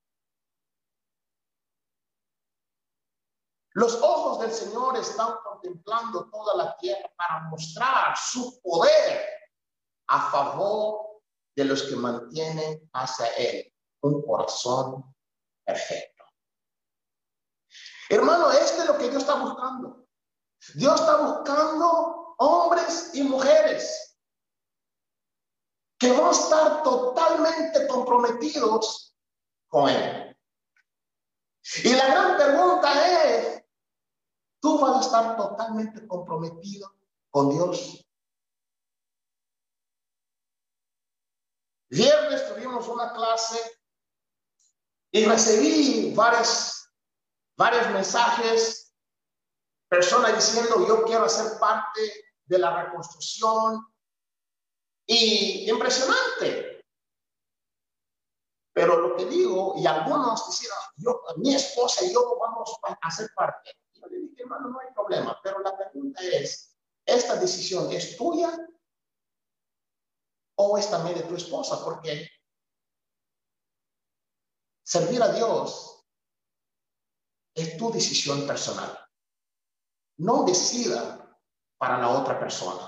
Los ojos del Señor están contemplando toda la tierra para mostrar su poder a favor de los que mantienen hacia Él un corazón perfecto. Hermano, esto es lo que Dios está buscando. Dios está buscando hombres y mujeres que van a estar totalmente comprometidos con Él. Y la gran pregunta es, ¿tú vas a estar totalmente comprometido con Dios? Viernes tuvimos una clase y recibí varios, varios mensajes, personas diciendo, yo quiero ser parte de la reconstrucción. Y impresionante. Pero lo que digo, y algunos dijeron, yo, mi esposa y yo vamos a ser parte. Yo le dije, hermano, no hay problema, pero la pregunta es, ¿esta decisión es tuya o es también de tu esposa? Porque servir a Dios es tu decisión personal. No decida para la otra persona.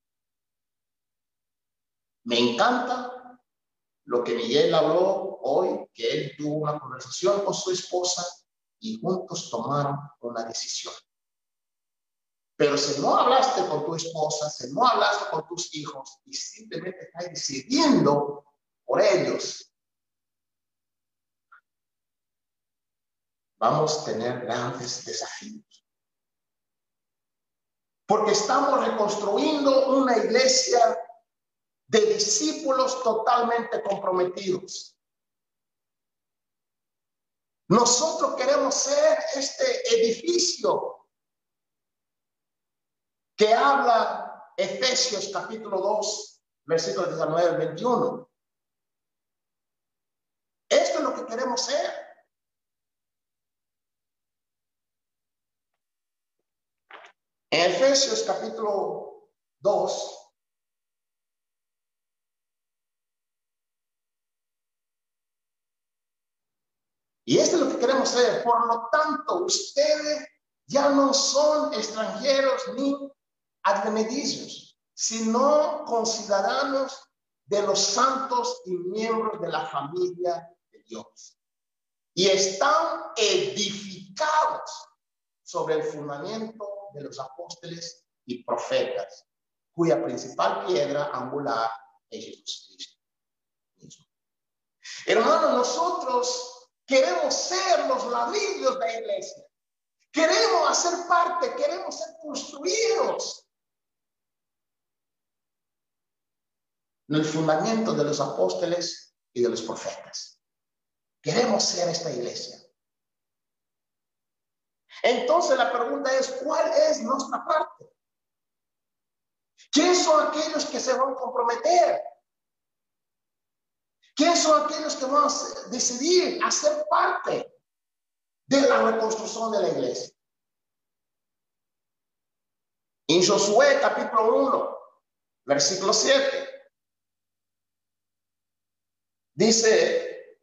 Me encanta lo que Miguel habló hoy, que él tuvo una conversación con su esposa y juntos tomaron una decisión. Pero si no hablaste con tu esposa, si no hablaste con tus hijos y simplemente estás decidiendo por ellos, vamos a tener grandes desafíos. Porque estamos reconstruyendo una iglesia de discípulos totalmente comprometidos. Nosotros queremos ser este edificio que habla Efesios capítulo dos, versículos diecinueve al veintiuno. Esto es lo que queremos ser. En Efesios capítulo dos, y esto es lo que queremos ser. Por lo tanto, ustedes ya no son extranjeros ni advenedizos, sino conciudadanos de los santos y miembros de la familia de Dios. Y están edificados sobre el fundamento de los apóstoles y profetas, cuya principal piedra angular es Jesucristo mismo. Hermanos, nosotros queremos ser los ladrillos de la iglesia. Queremos hacer parte, queremos ser construidos en el fundamento de los apóstoles y de los profetas. Queremos ser esta iglesia. Entonces la pregunta es, ¿cuál es nuestra parte? ¿Quiénes son aquellos que se van a comprometer? ¿Quiénes son aquellos que van a decidir hacer parte de la reconstrucción de la iglesia? En Josué capítulo uno, versículo siete, dice,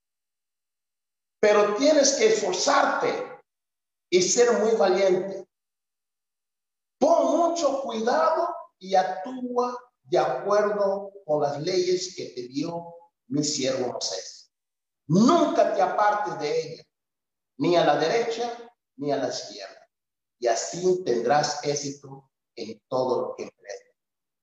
pero tienes que esforzarte y ser muy valiente. Pon mucho cuidado y actúa de acuerdo con las leyes que te dio mi siervo Moisés. Nunca te apartes de ella, ni a la derecha ni a la izquierda, y así tendrás éxito en todo lo que emprendas.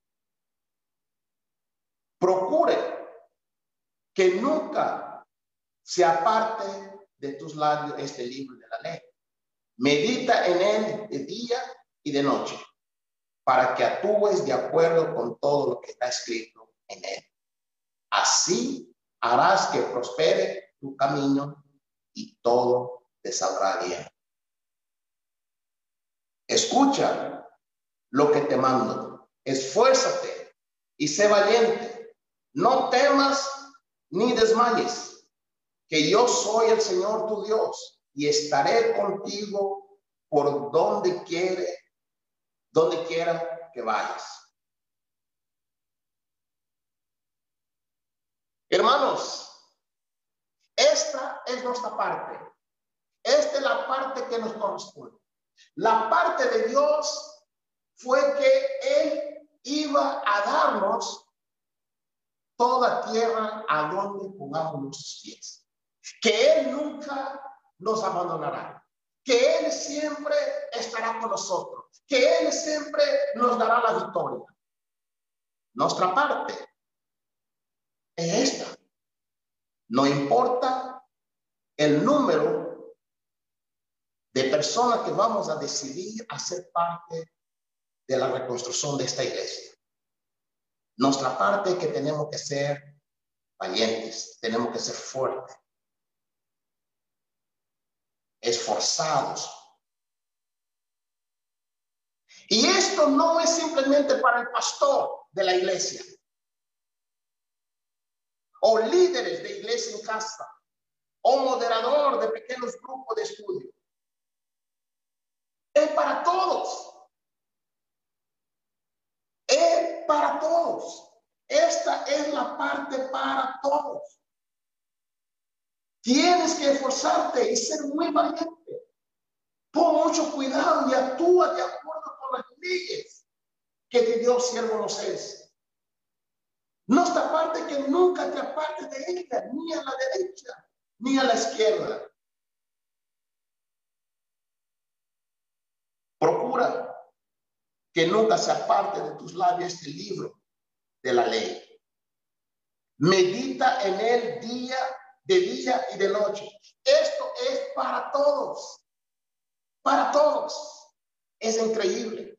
Procure que nunca se aparte de tus labios este libro de la ley. Medita en él de día y de noche, para que actúes de acuerdo con todo lo que está escrito en él. Así harás que prospere tu camino y todo te saldrá bien. Escucha lo que te mando. Esfuérzate y sé valiente. No temas ni desmayes, que yo soy el Señor tu Dios y estaré contigo por donde quiere, donde quiera que vayas. Hermanos, esta es nuestra parte. Esta es la parte que nos corresponde. La parte de Dios fue que Él iba a darnos toda tierra a donde pongamos nuestros pies. Que Él nunca nos abandonará. Que Él siempre estará con nosotros. Que Él siempre nos dará la victoria. Nuestra parte es esta. No importa el número de personas que vamos a decidir hacer parte de la reconstrucción de esta iglesia. Nuestra parte es que tenemos que ser valientes, tenemos que ser fuertes, esforzados. Y esto no es simplemente para el pastor de la iglesia o líderes de iglesia en casa o moderador de pequeños grupos de estudio. Es para todos. Es para todos. Esta es la parte para todos. Tienes que esforzarte y ser muy valiente. Pon mucho cuidado y actúa de acuerdo con las leyes que te dio siervo Moisés. Nuestra parte es que nunca te apartes de ella, ni a la derecha, ni a la izquierda. Procura que nunca se aparte de tus labios este libro de la ley. Medita en él día, de día y de noche. Esto es para todos. Para todos. Es increíble.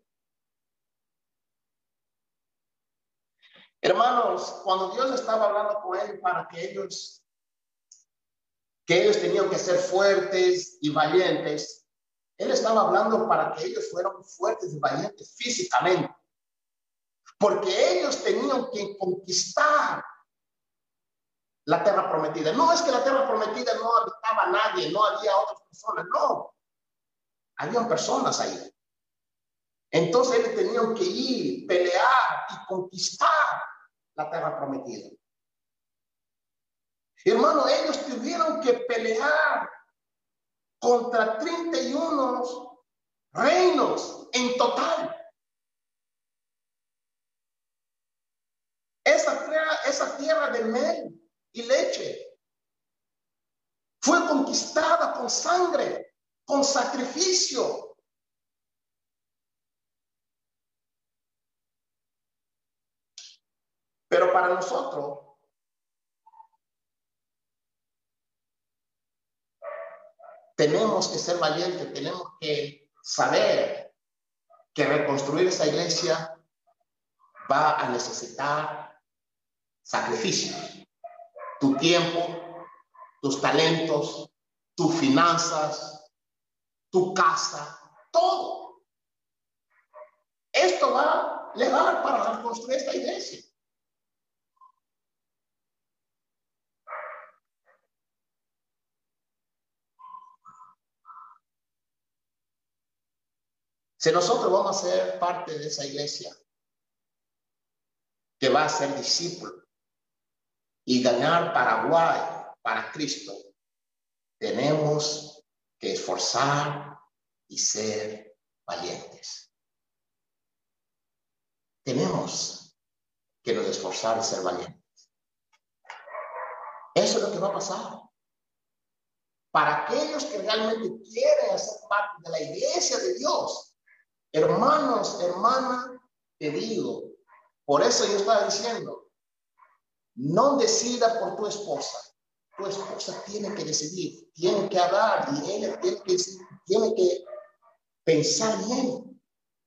Hermanos, cuando Dios estaba hablando con él para que ellos, que ellos tenían que ser fuertes y valientes, Él estaba hablando para que ellos fueran fuertes y valientes físicamente. Porque ellos tenían que conquistar la tierra prometida. No es que la tierra prometida no habitaba nadie, no había otras personas, no. Habían personas ahí. Entonces ellos tenían que ir, pelear y conquistar la tierra prometida. Hermano, ellos tuvieron que pelear contra treinta y uno reinos en total. esa tierra de mel y leche. Fue conquistada con sangre, con sacrificio. Pero para nosotros, tenemos que ser valientes, tenemos que saber que reconstruir esa iglesia va a necesitar sacrificios. Tu tiempo, tus talentos, tus finanzas, tu casa, todo. Esto va a llevar para reconstruir esta iglesia. Si nosotros vamos a ser parte de esa iglesia que va a ser discípulo y ganar Paraguay para Cristo, tenemos que esforzar y ser valientes. Tenemos que nos esforzar y ser valientes. Eso es lo que va a pasar. Para aquellos que realmente quieren ser parte de la iglesia de Dios, hermanos, hermanas, te digo, por eso yo estaba diciendo, no decida por tu esposa. Tu esposa tiene que decidir, tiene que hablar y ella tiene que, tiene que pensar bien.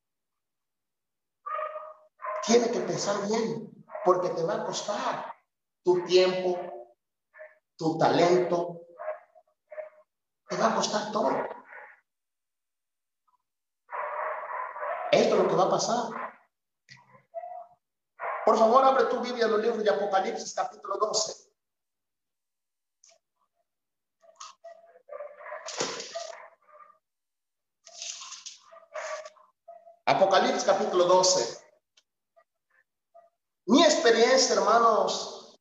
Tiene que pensar bien, porque te va a costar tu tiempo, tu talento, te va a costar todo. Esto es lo que va a pasar. Por favor, abre tu Biblia en los libros de Apocalipsis, capítulo doce. Apocalipsis, capítulo doce. Mi experiencia, hermanos,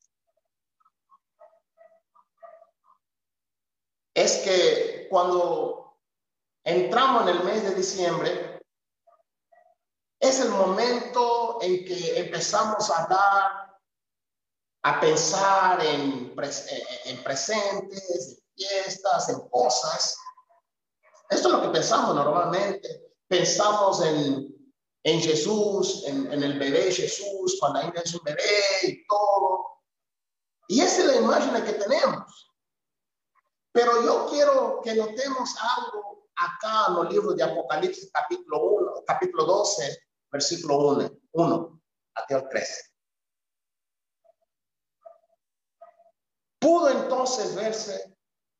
es que cuando entramos en el mes de diciembre, es el momento en que empezamos a dar, a pensar en, pres en presentes, en fiestas, en cosas. Esto es lo que pensamos normalmente. Pensamos en, en Jesús, en, en el bebé Jesús, cuando ahí es un bebé y todo. Y esa es la imagen que tenemos. Pero yo quiero que notemos algo acá en los libros de Apocalipsis, capítulo uno, capítulo doce, versículo uno hasta el trece. Pudo entonces verse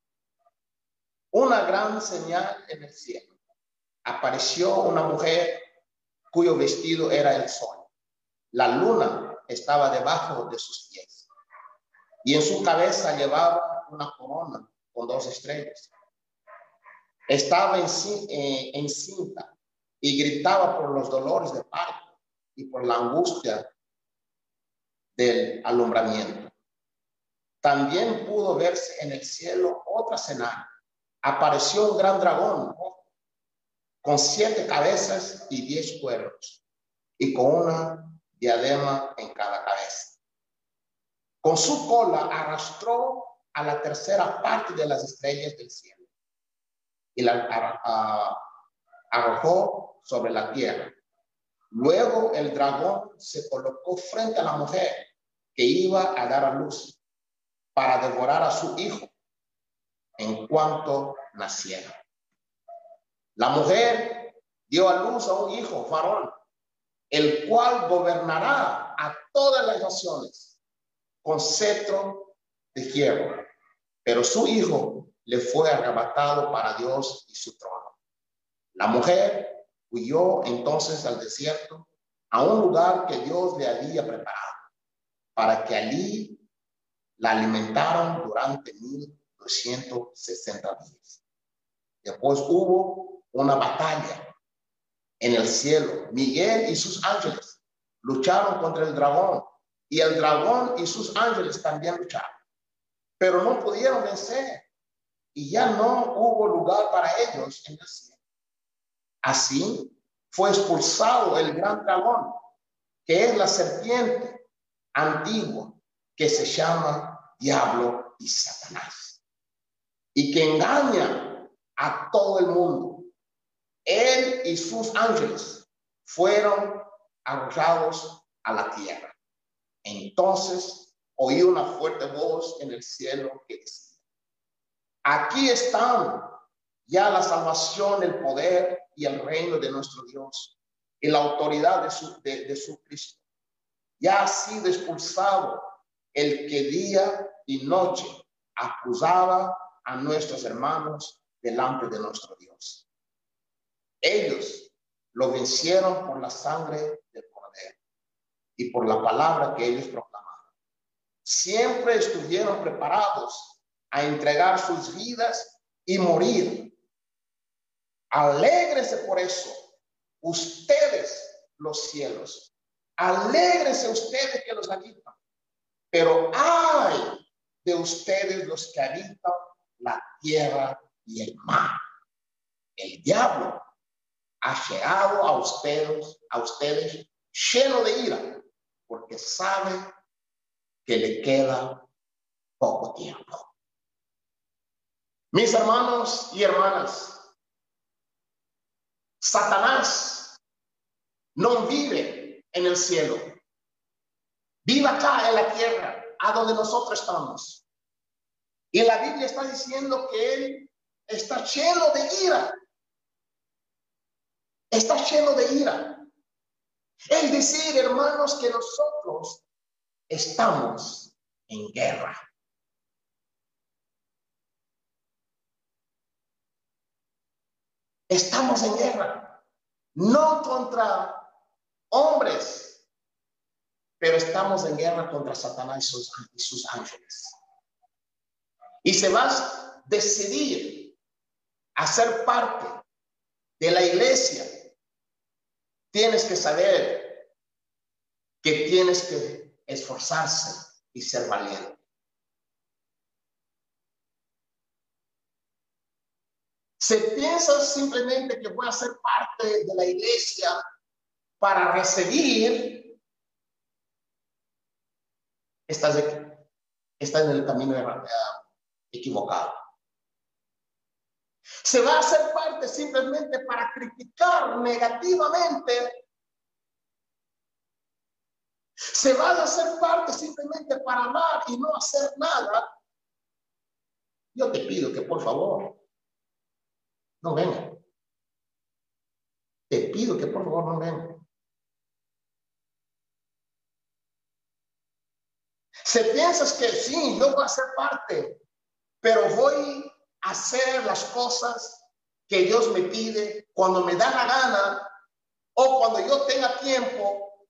una gran señal en el cielo. Apareció una mujer cuyo vestido era el sol. La luna estaba debajo de sus pies y en su cabeza llevaba una corona con dos estrellas. Estaba encinta y gritaba por los dolores de parto y por la angustia del alumbramiento. También pudo verse en el cielo otra señal. Apareció un gran dragón con siete cabezas y diez cuernos, y con una diadema en cada cabeza. Con su cola arrastró a la tercera parte de las estrellas del cielo y la uh, arrojó sobre la tierra. Luego el dragón se colocó frente a la mujer que iba a dar a luz para devorar a su hijo en cuanto naciera. La mujer dio a luz a un hijo varón, el cual gobernará a todas las naciones con cetro de hierro, pero su hijo le fue arrebatado para Dios y su trono. La mujer huyó entonces al desierto, a un lugar que Dios le había preparado, para que allí la alimentaran durante mil doscientos sesenta días. Después hubo una batalla en el cielo. Miguel y sus ángeles lucharon contra el dragón, y el dragón y sus ángeles también lucharon, pero no pudieron vencer, y ya no hubo lugar para ellos en el cielo. Así fue expulsado el gran dragón, que es la serpiente antiguo que se llama Diablo y Satanás, y que engaña a todo el mundo. Él y sus ángeles fueron arrojados a la tierra. Entonces oí una fuerte voz en el cielo que decía: aquí están ya la salvación, el poder y el reino de nuestro Dios y la autoridad de su, de, de su Cristo. Ya ha sido expulsado el que día y noche acusaba a nuestros hermanos delante de nuestro Dios. Ellos lo vencieron por la sangre del Cordero y por la palabra que ellos proclamaron. Siempre estuvieron preparados a entregar sus vidas y morir. Alégrense por eso, ustedes los cielos. Alégrense ustedes que los habitan. Pero ay de ustedes los que habitan la tierra y el mar. El diablo ha llegado a ustedes, a ustedes lleno de ira, porque sabe que le queda poco tiempo. Mis hermanos y hermanas, Satanás no vive en el cielo, vive acá en la tierra, a donde nosotros estamos. Y la Biblia está diciendo que él está lleno de ira. Está lleno de ira. Es decir, hermanos, que nosotros estamos en guerra. Estamos en guerra, no contra hombres, pero estamos en guerra contra Satanás y sus, y sus ángeles. Y si vas a decidir a ser parte de la iglesia, tienes que saber que tienes que esforzarse y ser valiente. Si piensas simplemente que voy a ser parte de la iglesia para recibir, estás, estás en el camino equivocado. Se va a hacer parte simplemente para criticar negativamente. Se va a hacer parte simplemente para amar y no hacer nada. Yo te pido que por favor no venga. Te pido que por favor no venga. Si piensas que sí, yo voy a ser parte, pero voy a hacer las cosas que Dios me pide cuando me da la gana, o cuando yo tenga tiempo,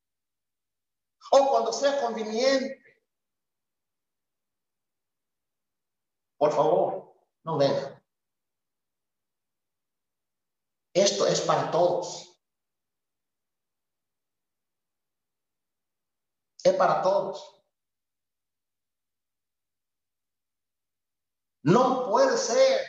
o cuando sea conveniente, por favor, no venga. Esto es para todos. Es para todos. No puede ser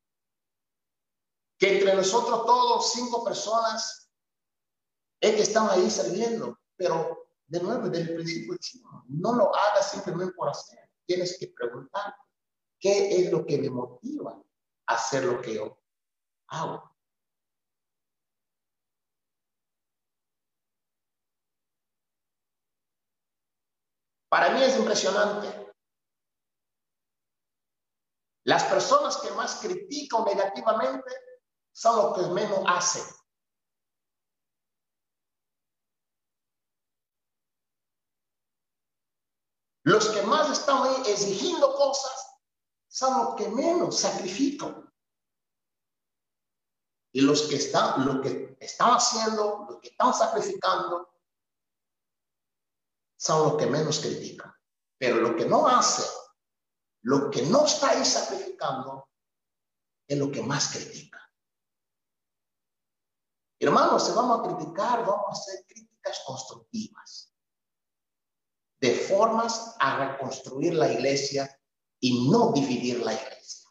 que entre nosotros todos, cinco personas, es que están ahí sirviendo. Pero de nuevo, desde el principio decimos, no lo hagas simplemente por hacer. Tienes que preguntar qué es lo que me motiva a hacer lo que yo hago. Para mí es impresionante. Las personas que más critican negativamente son los que menos hacen. Los que más están ahí exigiendo cosas son los que menos sacrifican. Y los que están, los que están haciendo, los que están sacrificando, son los que menos critican. Pero lo que no hace, lo que no está ahí sacrificando, es lo que más critica. Hermanos, si vamos a criticar, vamos a hacer críticas constructivas, de formas a reconstruir la iglesia y no dividir la iglesia.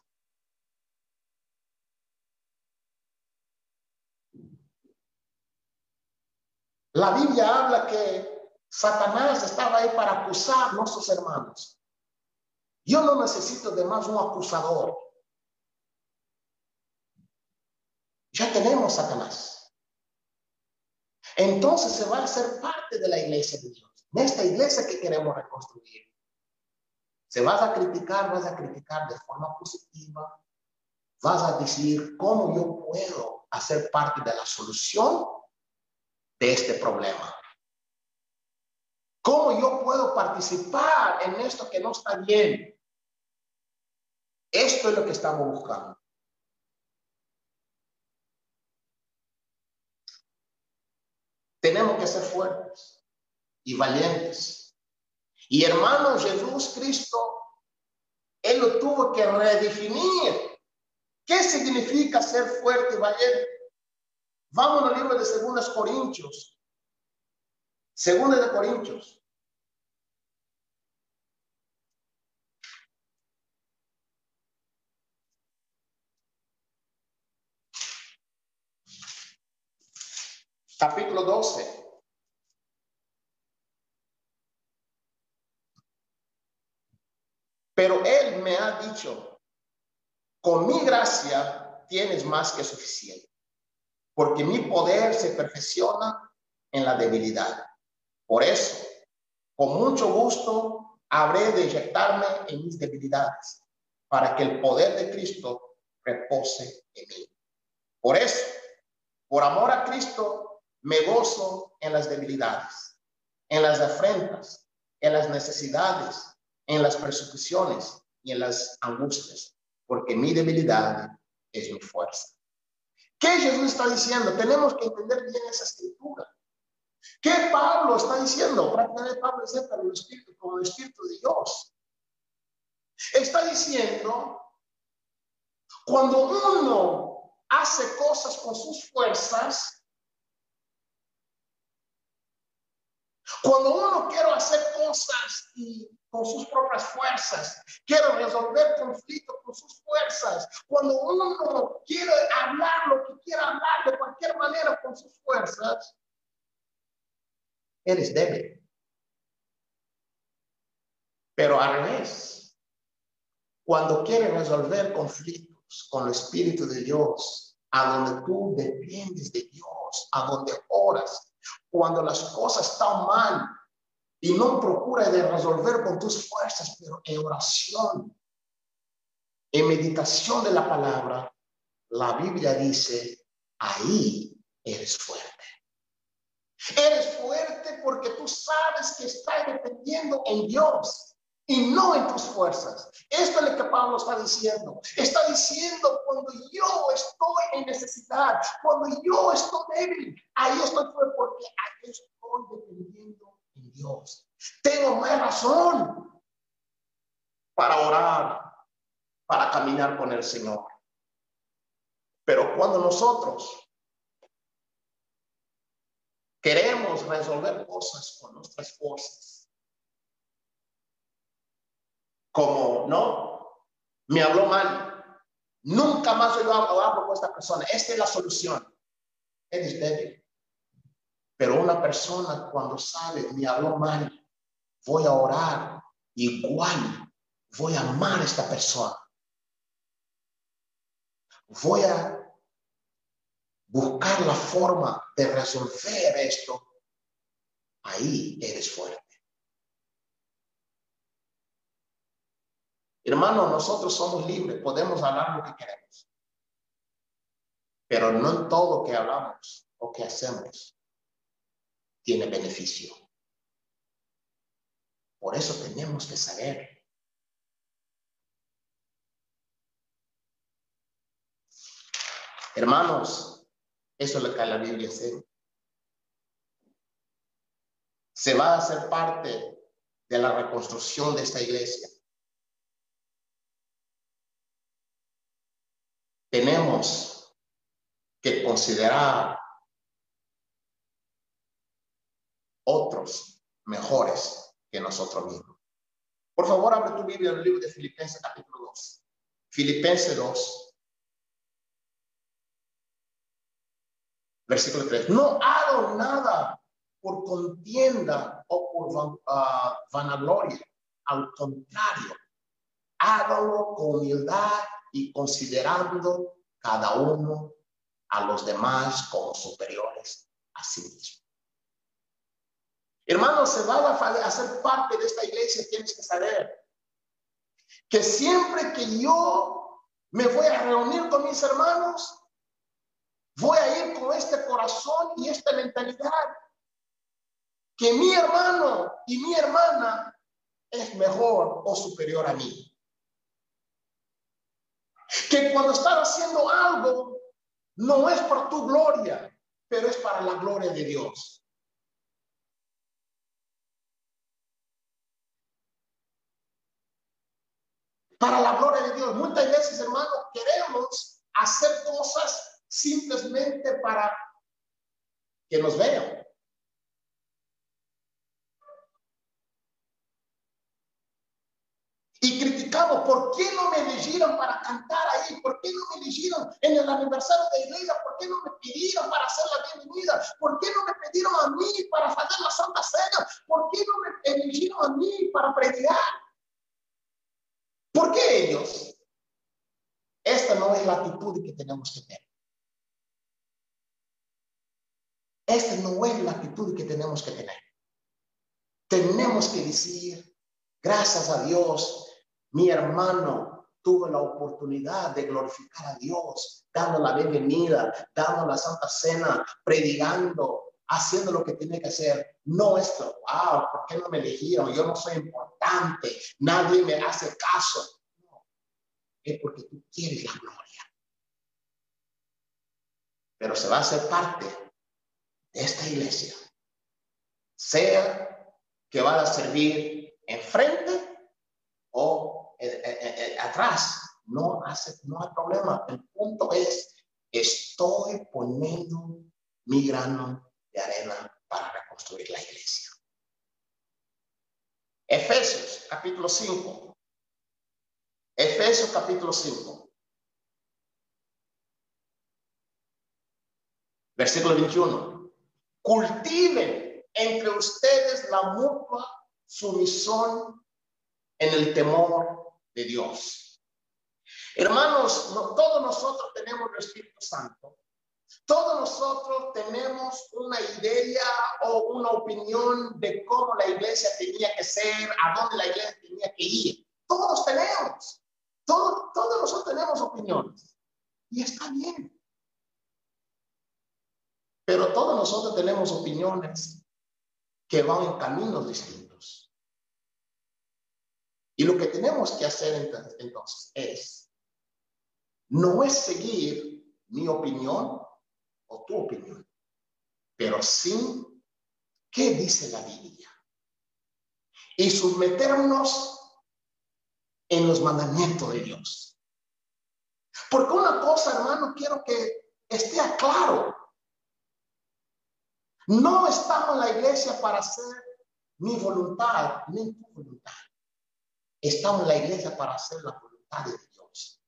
La Biblia habla que Satanás estaba ahí para acusar a nuestros hermanos. Yo no necesito de más un acusador. Ya tenemos Satanás. Entonces se va a hacer parte de la iglesia de Dios. En esta iglesia que queremos reconstruir. Se vas a criticar, vas a criticar de forma positiva. Vas a decir cómo yo puedo hacer parte de la solución de este problema. ¿Cómo yo puedo participar en esto que no está bien? Esto es lo que estamos buscando. Tenemos que ser fuertes y valientes. Y hermanos, Jesús Cristo, Él lo tuvo que redefinir. ¿Qué significa ser fuerte y valiente? Vamos al libro de Segunda Corintios. Segunda de Corintios. Capítulo doce. Pero Él me ha dicho, con mi gracia tienes más que suficiente, porque mi poder se perfecciona en la debilidad. Por eso, con mucho gusto, habré de inyectarme en mis debilidades, para que el poder de Cristo repose en mí. Por eso, por amor a Cristo, me gozo en las debilidades, en las afrentas, en las necesidades, en las persecuciones y en las angustias, porque mi debilidad es mi fuerza. ¿Qué Jesús está diciendo? Tenemos que entender bien esa escritura. ¿Qué Pablo está diciendo? Prácticamente Pablo dice, pero el Espíritu, como el Espíritu de Dios. Está diciendo, cuando uno hace cosas con sus fuerzas, cuando uno quiere hacer cosas y con sus propias fuerzas, quiere resolver conflictos con sus fuerzas, cuando uno quiere hablar lo que quiera hablar de cualquier manera con sus fuerzas, eres débil. Pero al revés, cuando quieres resolver conflictos con el Espíritu de Dios, a donde tú dependes de Dios, a donde oras, cuando las cosas están mal y no procura de resolver con tus fuerzas, pero en oración, en meditación de la palabra, la Biblia dice, ahí eres fuerte. Eres fuerte porque tú sabes que estás dependiendo en Dios y no en tus fuerzas. Esto es lo que Pablo está diciendo. Está diciendo, cuando yo estoy en necesidad, cuando yo estoy débil, ahí estoy fuerte porque ahí estoy dependiendo en Dios. Tengo más razón para orar, para caminar con el Señor. Pero cuando nosotros queremos resolver cosas con nuestras fuerzas, como, no, me habló mal, nunca más yo hablo, hablo con esta persona, esta es la solución, eres débil. Pero una persona cuando sabe, me habló mal, voy a orar, igual voy a amar a esta persona, voy a buscar la forma de resolver esto, ahí eres fuerte. Hermano, nosotros somos libres, podemos hablar lo que queremos, pero no en todo que hablamos o que hacemos tiene beneficio. Por eso tenemos que saber. Hermanos, eso es lo que la Biblia dice. Se va a hacer parte de la reconstrucción de esta iglesia. Tenemos que considerar otros mejores que nosotros mismos. Por favor, abre tu Biblia en el libro de Filipenses capítulo dos. Filipenses dos. Versículo tres. No hago nada por contienda o por van, uh, vanagloria. Al contrario, háganlo con humildad y considerando cada uno a los demás como superiores a sí mismo. Hermanos, se va a hacer parte de esta iglesia, tienes que saber que siempre que yo me voy a reunir con mis hermanos, voy a ir con este corazón y esta mentalidad, que mi hermano y mi hermana es mejor o superior a mí. Que cuando estás haciendo algo, no es por tu gloria, pero es para la gloria de Dios. Para la gloria de Dios. Muchas veces, hermanos, queremos hacer cosas simplemente para que nos vean. Y criticamos, ¿por qué no me eligieron para cantar ahí? ¿Por qué no me eligieron en el aniversario de la iglesia? ¿Por qué no me pidieron para hacer la bienvenida? ¿Por qué no me pidieron a mí para hacer la Santa Cena? ¿Por qué no me eligieron a mí para predicar? ¿Por qué ellos? Esta no es la actitud que tenemos que tener. Esta no es la actitud que tenemos que tener. Tenemos que decir, gracias a Dios, mi hermano tuvo la oportunidad de glorificar a Dios, dando la bienvenida, dando la Santa Cena, predicando, haciendo lo que tiene que hacer. No esto, wow, ¿por qué no me eligieron? Yo no soy importante, nadie me hace caso. No, es porque tú quieres la gloria. Pero se va a hacer parte de esta iglesia, sea que va a servir enfrente o eh, eh, eh, atrás. No hace, no hay problema. El punto es, estoy poniendo mi grano de arena para reconstruir la iglesia. Efesios capítulo cinco. Efesios capítulo cinco. Versículo veintiuno. Cultiven entre ustedes la mutua sumisión en el temor de Dios. Hermanos, no, todos nosotros tenemos el Espíritu Santo. Todos nosotros tenemos una idea o una opinión de cómo la iglesia tenía que ser, a dónde la iglesia tenía que ir. Todos tenemos. Todos, todos nosotros tenemos opiniones. Y está bien. Pero todos nosotros tenemos opiniones que van en caminos distintos. Y lo que tenemos que hacer entonces es, no es seguir mi opinión o tu opinión, pero sí qué dice la Biblia. Y someternos en los mandamientos de Dios. Porque una cosa, hermano, quiero que esté claro. No estamos en la iglesia para hacer mi voluntad, ni tu voluntad. Estamos en la iglesia para hacer la voluntad de Dios.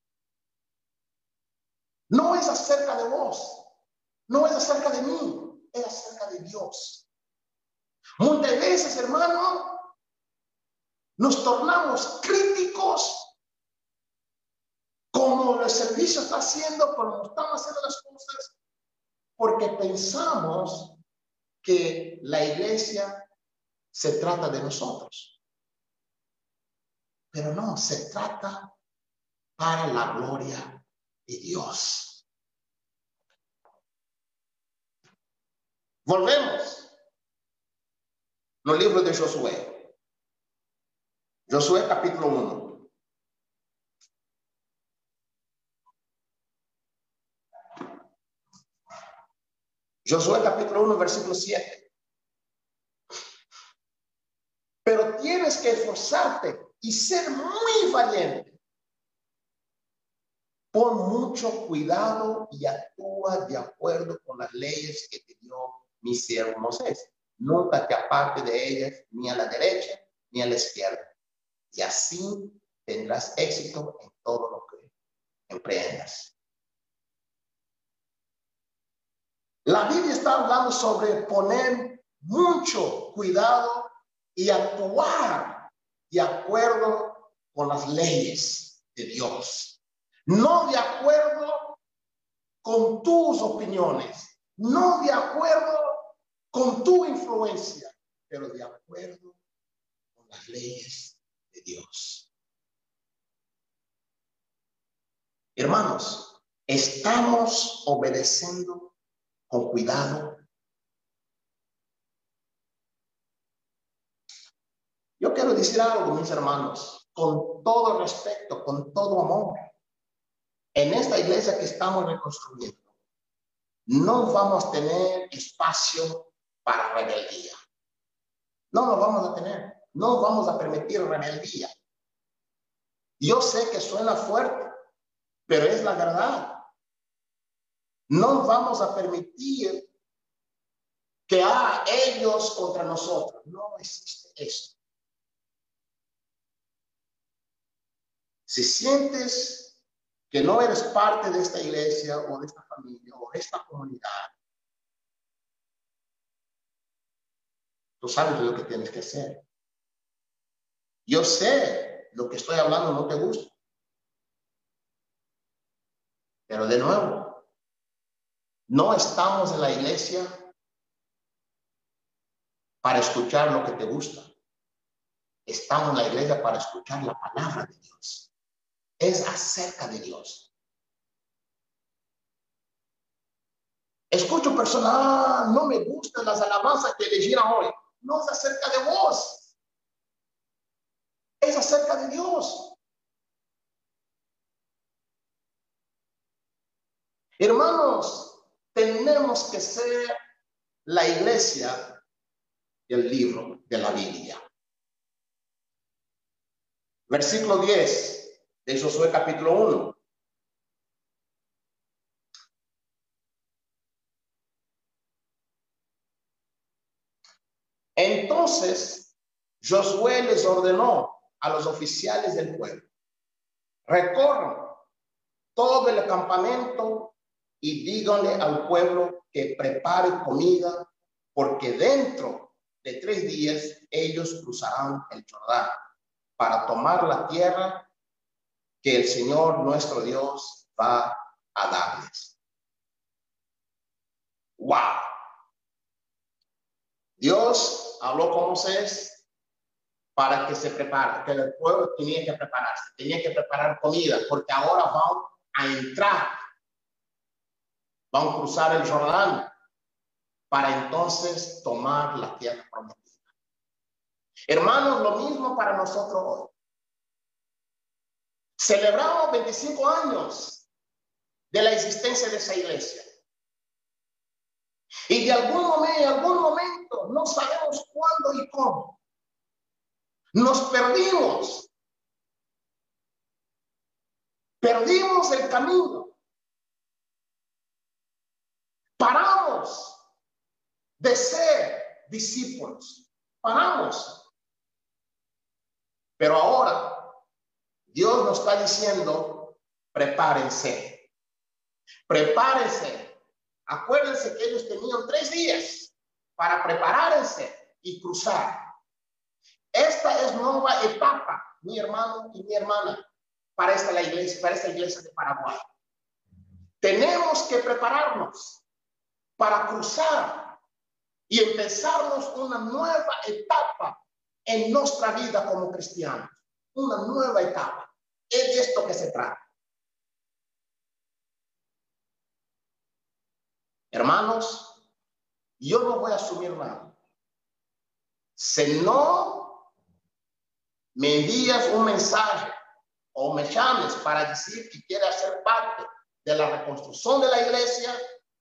No es acerca de vos, no es acerca de mí, es acerca de Dios. Muchas veces, hermano, nos tornamos críticos como el servicio está haciendo, como estamos haciendo las cosas, porque pensamos que la iglesia se trata de nosotros. Pero no, se trata para la gloria de Dios. Volvemos. Los libros de Josué. Josué capítulo uno. Josué capítulo uno, versículo siete. Pero tienes que esforzarte y ser muy valiente. Pon mucho cuidado y actúa de acuerdo con las leyes que te dio mi siervo Moisés. Nunca te apartes de ellas ni a la derecha ni a la izquierda. Y así tendrás éxito en todo lo que emprendas. La Biblia está hablando sobre poner mucho cuidado y actuar de acuerdo con las leyes de Dios. No de acuerdo con tus opiniones, no de acuerdo con tu influencia, pero de acuerdo con las leyes de Dios. Hermanos, ¿estamos obedeciendo con cuidado? Yo quiero decir algo, mis hermanos, con todo respeto, con todo amor. En esta iglesia que estamos reconstruyendo, no vamos a tener espacio para rebeldía. No lo vamos a tener. No vamos a permitir rebeldía. Yo sé que suena fuerte, pero es la verdad. No vamos a permitir que ah, ellos contra nosotros. No existe eso. Si sientes que no eres parte de esta iglesia o de esta familia o de esta comunidad, tú sabes lo que tienes que hacer. Yo sé lo que estoy hablando no te gusta. Pero de nuevo, no estamos en la iglesia para escuchar lo que te gusta. Estamos en la iglesia para escuchar la palabra de Dios. Es acerca de Dios. Escucho personas, ah, no me gustan las alabanzas que elegieron hoy. No es acerca de vos. Es acerca de Dios. Hermanos, tenemos que ser la iglesia del libro de la Biblia. Versículo diez de Josué capítulo uno. Entonces Josué les ordenó a los oficiales del pueblo: recorran todo el campamento y díganle al pueblo que prepare comida, porque dentro de tres días ellos cruzarán el Jordán para tomar la tierra que el Señor nuestro Dios va a darles. ¡Wow! Dios habló con Moisés para que se prepare, que el pueblo tenía que prepararse, tenía que preparar comida, porque ahora van a entrar, van a cruzar el Jordán para entonces tomar la tierra prometida. Hermanos, lo mismo para nosotros hoy. Celebramos veinticinco años de la existencia de esa iglesia. Y de algún momento, en algún momento, no sabemos cuándo y cómo, nos perdimos. Perdimos el camino. Paramos de ser discípulos. Paramos. Pero ahora Dios nos está diciendo: prepárense. Prepárense. Acuérdense que ellos tenían tres días para prepararse y cruzar. Esta es nueva etapa, mi hermano y mi hermana, para esta, la iglesia, para esta iglesia de Paraguay. Tenemos que prepararnos para cruzar y empezarnos una nueva etapa en nuestra vida como cristianos. Una nueva etapa. Es de esto que se trata. Hermanos, yo no voy a asumir nada. Si no me envías un mensaje o me llames para decir que quieres ser parte de la reconstrucción de la iglesia,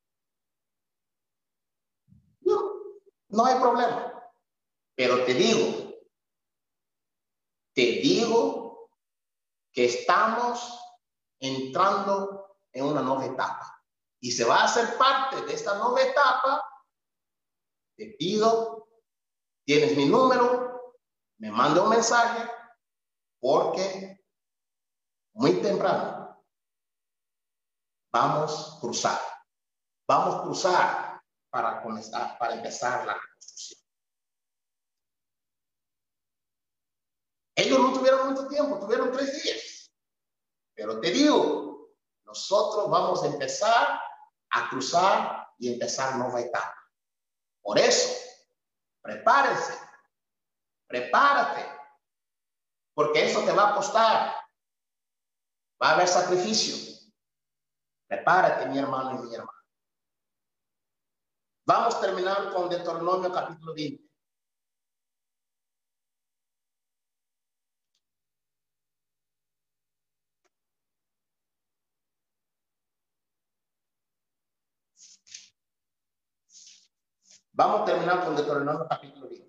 no, no hay problema. Pero te digo, te digo que estamos entrando en una nueva etapa. Y se va a hacer parte de esta nueva etapa. Te pido, tienes mi número, me manda un mensaje, porque muy temprano vamos a cruzar. Vamos a cruzar para comenzar, para empezar la reconstrucción. Ellos no tuvieron mucho tiempo, tuvieron tres días. Pero te digo, nosotros vamos a empezar a cruzar y empezar nueva etapa. Por eso, prepárense, prepárate, porque eso te va a costar. Va a haber sacrificio. Prepárate, mi hermano y mi hermana. Vamos a terminar con Deuteronomio capítulo veinte. Vamos a terminar con Deuteronomio capítulo veinte.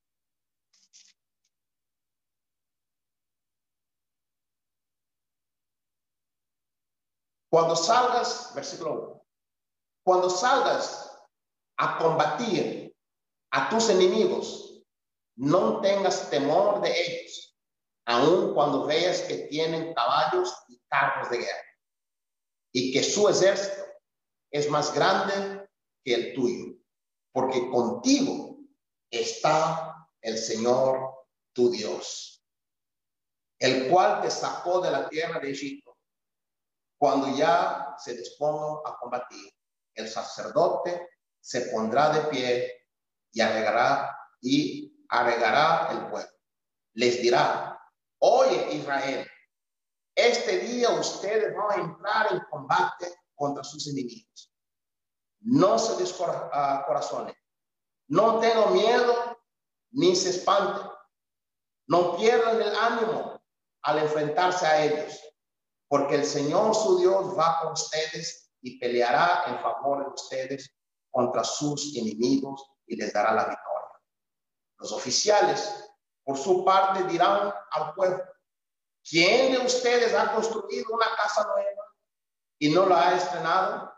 Cuando salgas, versículo uno, cuando salgas a combatir a tus enemigos, no tengas temor de ellos, aun cuando veas que tienen caballos y carros de guerra, y que su ejército es más grande que el tuyo, porque contigo está el Señor tu Dios, el cual te sacó de la tierra de Egipto. Cuando ya se disponga a combatir, el sacerdote se pondrá de pie y arreglará, y arreglará el pueblo. Les dirá: oye, Israel, este día ustedes van a entrar en combate contra sus enemigos. No se descorazonen, no tengan miedo ni se espanten. No pierdan el ánimo al enfrentarse a ellos, porque el Señor su Dios va con ustedes y peleará en favor de ustedes contra sus enemigos y les dará la victoria. Los oficiales, por su parte, dirán al pueblo: ¿quién de ustedes ha construido una casa nueva y no la ha estrenado?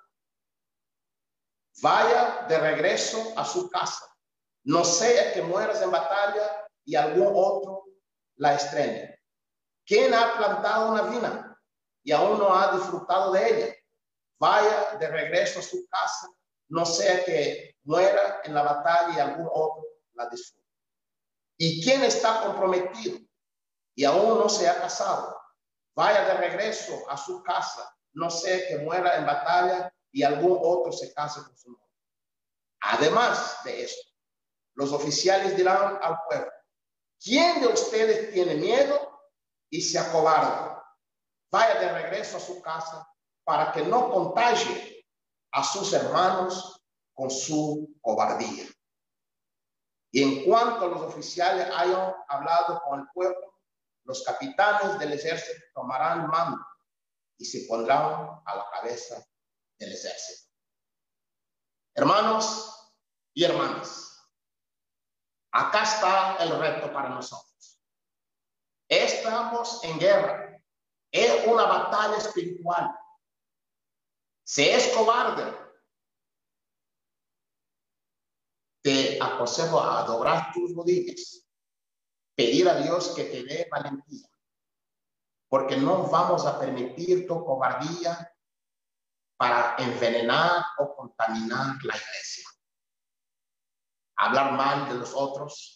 Vaya de regreso a su casa, no sea que mueras en batalla y algún otro la estrene. ¿Quién ha plantado una viña y aún no ha disfrutado de ella? Vaya de regreso a su casa, no sea que muera en la batalla y algún otro la disfrute. ¿Y quién está comprometido y aún no se ha casado? Vaya de regreso a su casa, no sea que muera en batalla y algún otro se case con su novia. Además de esto, los oficiales dirán al pueblo: ¿quién de ustedes tiene miedo y se acobarda? Vaya de regreso a su casa para que no contagie a sus hermanos con su cobardía. Y en cuanto los oficiales hayan hablado con el pueblo, los capitanes del ejército tomarán mando y se pondrán a la cabeza del ejército. Hermanos y hermanas, acá está el reto para nosotros. Estamos en guerra. Es una batalla espiritual. Se es cobarde, te aconsejo a doblar tus rodillas, pedir a Dios que te dé valentía, porque no vamos a permitir tu cobardía para envenenar o contaminar la iglesia. Hablar mal de los otros,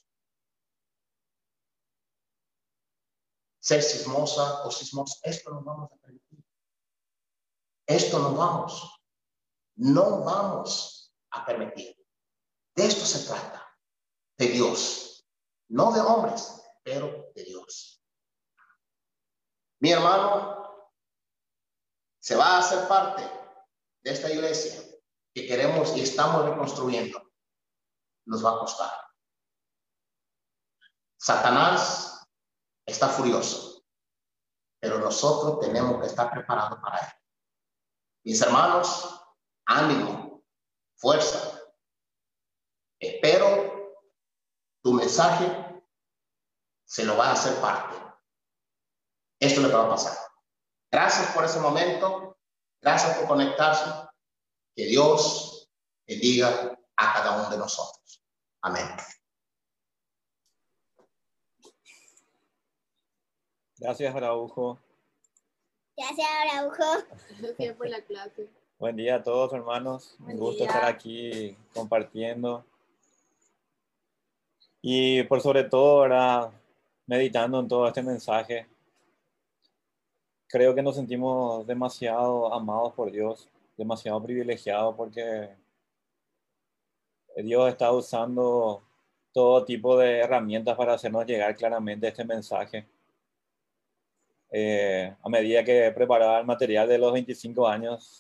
ser chismosa o chismoso, esto no vamos a permitir. Esto no vamos, no vamos a permitir. De esto se trata, de Dios, no de hombres, pero de Dios. Mi hermano se va a hacer parte de esta iglesia que queremos y estamos reconstruyendo. Nos va a costar. Satanás está furioso, pero nosotros tenemos que estar preparados para él. Mis hermanos, ánimo, fuerza. Espero tu mensaje se lo va a hacer parte. Esto es lo que va a pasar. Gracias por ese momento. Gracias por conectarse. Que Dios bendiga a cada uno de nosotros. Amén. Gracias, Araujo. Gracias, Araujo. Gracias por la clase. Buen día a todos, hermanos. Buen Un gusto día. estar aquí compartiendo. Y por sobre todo, ¿verdad? meditando en todo este mensaje, creo que nos sentimos demasiado amados por Dios, demasiado privilegiados porque Dios está usando todo tipo de herramientas para hacernos llegar claramente este mensaje. Eh, a medida que preparaba el material de los veinticinco años,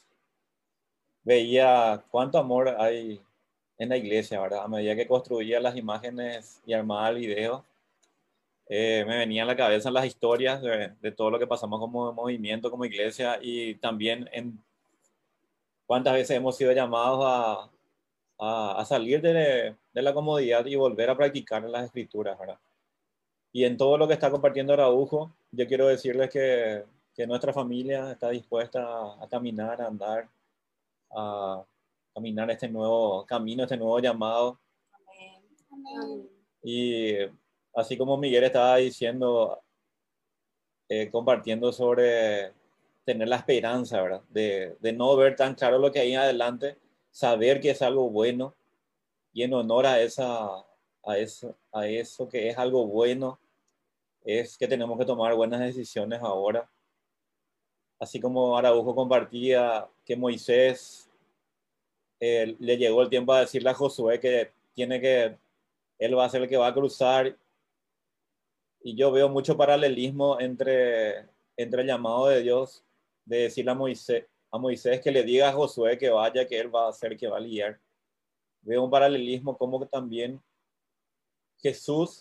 veía cuánto amor hay en la iglesia, ¿verdad? A medida que construía las imágenes y armaba el video, eh, me venía a la cabeza las historias de, de todo lo que pasamos como movimiento, como iglesia, y también en cuántas veces hemos sido llamados a, a, a salir de, de la comodidad y volver a practicar las escrituras, ¿verdad? Y en todo lo que está compartiendo Araujo, yo quiero decirles que, que nuestra familia está dispuesta a, a caminar, a andar, a caminar este nuevo camino, este nuevo llamado. Amén. Y así como Miguel estaba diciendo, eh, compartiendo sobre tener la esperanza, ¿verdad? De, de no ver tan claro lo que hay adelante, saber que es algo bueno y en honor a, esa, a, eso, a eso que es algo bueno, es que tenemos que tomar buenas decisiones ahora. Así como Araujo compartía que Moisés eh, le llegó el tiempo a decirle a Josué que tiene que, él va a ser el que va a cruzar. Y yo veo mucho paralelismo entre, entre el llamado de Dios de decirle a Moisés, a Moisés que le diga a Josué que vaya, que él va a ser el que va a guiar. Veo un paralelismo como que también Jesús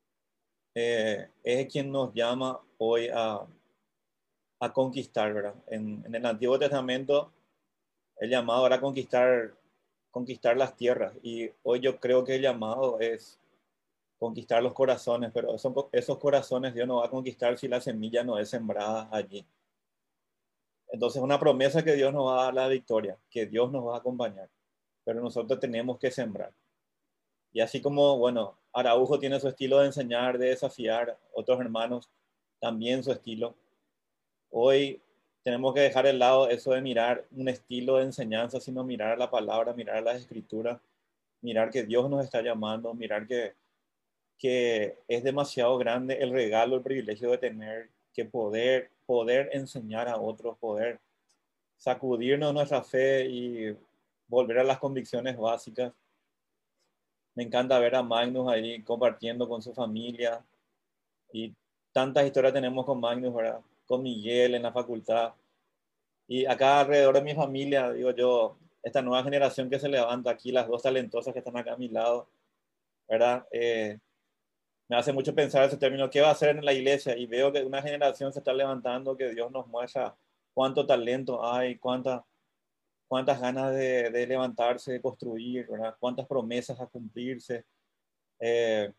eh, es quien nos llama hoy a, a conquistar, ¿verdad? En, en el Antiguo Testamento el llamado era conquistar, conquistar las tierras y hoy yo creo que el llamado es conquistar los corazones, pero esos, esos corazones Dios no va a conquistar si la semilla no es sembrada allí. Entonces una promesa que Dios nos va a dar la victoria, que Dios nos va a acompañar, pero nosotros tenemos que sembrar. Y así como, bueno, Araujo tiene su estilo de enseñar, de desafiar, otros hermanos también su estilo. Hoy tenemos que dejar de lado eso de mirar un estilo de enseñanza, sino mirar la palabra, mirar las escrituras, mirar que Dios nos está llamando, mirar que, que es demasiado grande el regalo, el privilegio de tener que poder, poder enseñar a otros, poder sacudirnos nuestra fe y volver a las convicciones básicas. Me encanta ver a Magnus ahí compartiendo con su familia y tantas historias tenemos con Magnus, ¿verdad? Con Miguel en la facultad. Y acá alrededor de mi familia, digo yo, esta nueva generación que se levanta aquí, las dos talentosas que están acá a mi lado, ¿verdad? Eh, me hace mucho pensar ese término, ¿qué va a hacer en la iglesia? Y veo que una generación se está levantando, que Dios nos muestra cuánto talento hay, cuánta, cuántas ganas de, de levantarse, de construir, ¿verdad? Cuántas promesas a cumplirse. Eh,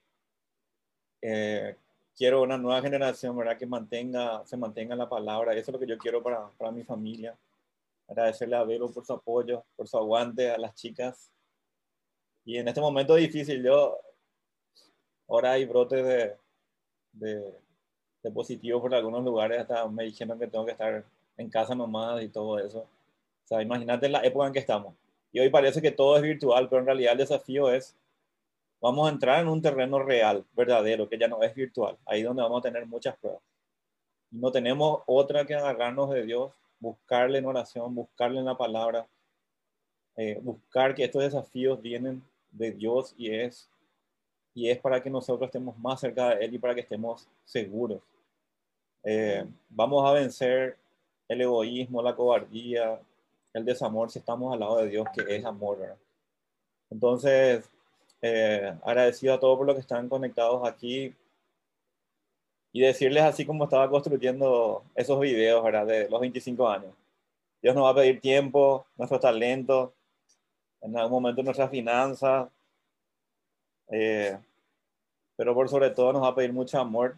eh, quiero una nueva generación, ¿verdad? Que mantenga, se mantenga en la palabra. Eso es lo que yo quiero para, para mi familia. Agradecerle a Vero por su apoyo, por su aguante, a las chicas. Y en este momento difícil, yo, ahora hay brotes de, de, de positivos por algunos lugares, hasta me dijeron que tengo que estar en casa nomás y todo eso. O sea, imagínate la época en que estamos. Y hoy parece que todo es virtual, pero en realidad el desafío es, vamos a entrar en un terreno real, verdadero, que ya no es virtual. Ahí donde vamos a tener muchas pruebas. Y no tenemos otra que agarrarnos de Dios, buscarle en oración, buscarle en la palabra, eh, buscar que estos desafíos vienen de Dios y es, y es para que nosotros estemos más cerca de Él y para que estemos seguros. Eh, vamos a vencer el egoísmo, la cobardía, el desamor si estamos al lado de Dios, que es amor, ¿verdad? Entonces, eh, agradecido a todos por los que están conectados aquí y decirles así como estaba construyendo esos videos, ¿verdad? De los veinticinco años. Dios nos va a pedir tiempo, nuestros talentos, en algún momento nuestras finanzas, eh, pero por sobre todo nos va a pedir mucho amor.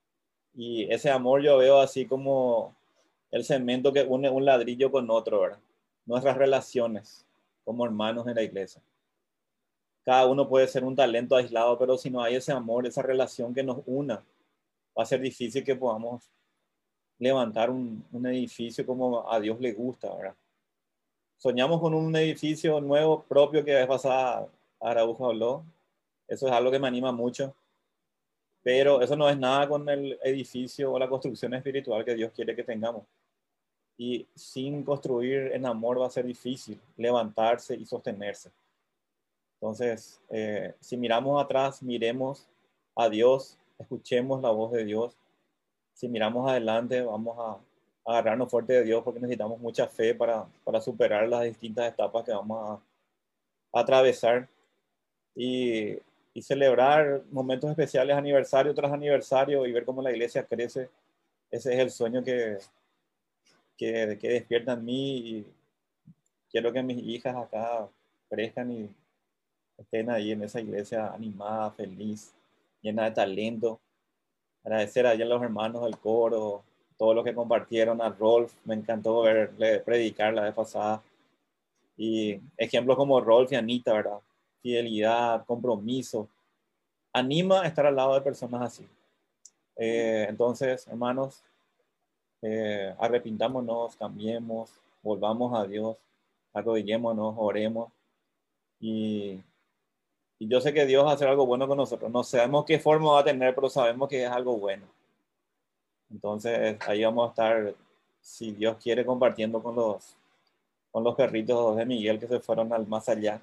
Y ese amor yo veo así como el cemento que une un ladrillo con otro, ¿verdad? Nuestras relaciones como hermanos en la iglesia. Cada uno puede ser un talento aislado, pero si no hay ese amor, esa relación que nos una, va a ser difícil que podamos levantar un, un edificio como a Dios le gusta, ¿verdad? Soñamos con un edificio nuevo propio que la vez pasada Araujo habló. Eso es algo que me anima mucho. Pero eso no es nada con el edificio o la construcción espiritual que Dios quiere que tengamos. Y sin construir en amor va a ser difícil levantarse y sostenerse. Entonces, eh, si miramos atrás, miremos a Dios, escuchemos la voz de Dios. Si miramos adelante, vamos a, a agarrarnos fuerte de Dios porque necesitamos mucha fe para, para superar las distintas etapas que vamos a, a atravesar. Y, y celebrar momentos especiales, aniversario tras aniversario, y ver cómo la iglesia crece. Ese es el sueño que, que, que despierta en mí, y quiero que mis hijas acá crezcan y estén ahí en esa iglesia animada, feliz, llena de talento. Agradecer a los hermanos del coro, todo lo que compartieron, a Rolf, me encantó verle predicar la vez pasada. Y ejemplos como Rolf y Anita, ¿verdad? Fidelidad, compromiso. Anima a estar al lado de personas así. Eh, entonces, hermanos, eh, arrepintámonos, cambiemos, volvamos a Dios, arrodillémonos, oremos. Y, y yo sé que Dios va a hacer algo bueno con nosotros. No sabemos qué forma va a tener, pero sabemos que es algo bueno. Entonces, ahí vamos a estar, si Dios quiere, compartiendo con los, con los perritos de Miguel que se fueron al más allá.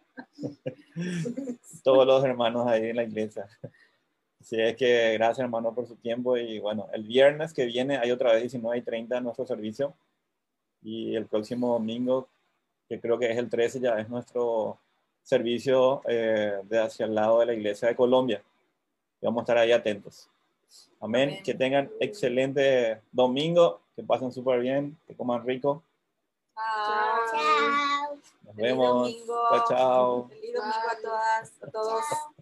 Todos los hermanos ahí en la iglesia. Así es que gracias, hermano, por su tiempo. Y bueno, el viernes que viene hay otra vez diecinueve y treinta en nuestro servicio. Y el próximo domingo, que creo que es el trece, ya es nuestro servicio eh, de hacia el lado de la iglesia de Colombia. Y vamos a estar ahí atentos. Amén. Amén. Que tengan excelente domingo, que pasen súper bien, que coman rico. Chao. Chao. Nos vemos. Chao, chao. Feliz domingo a todas, a todos.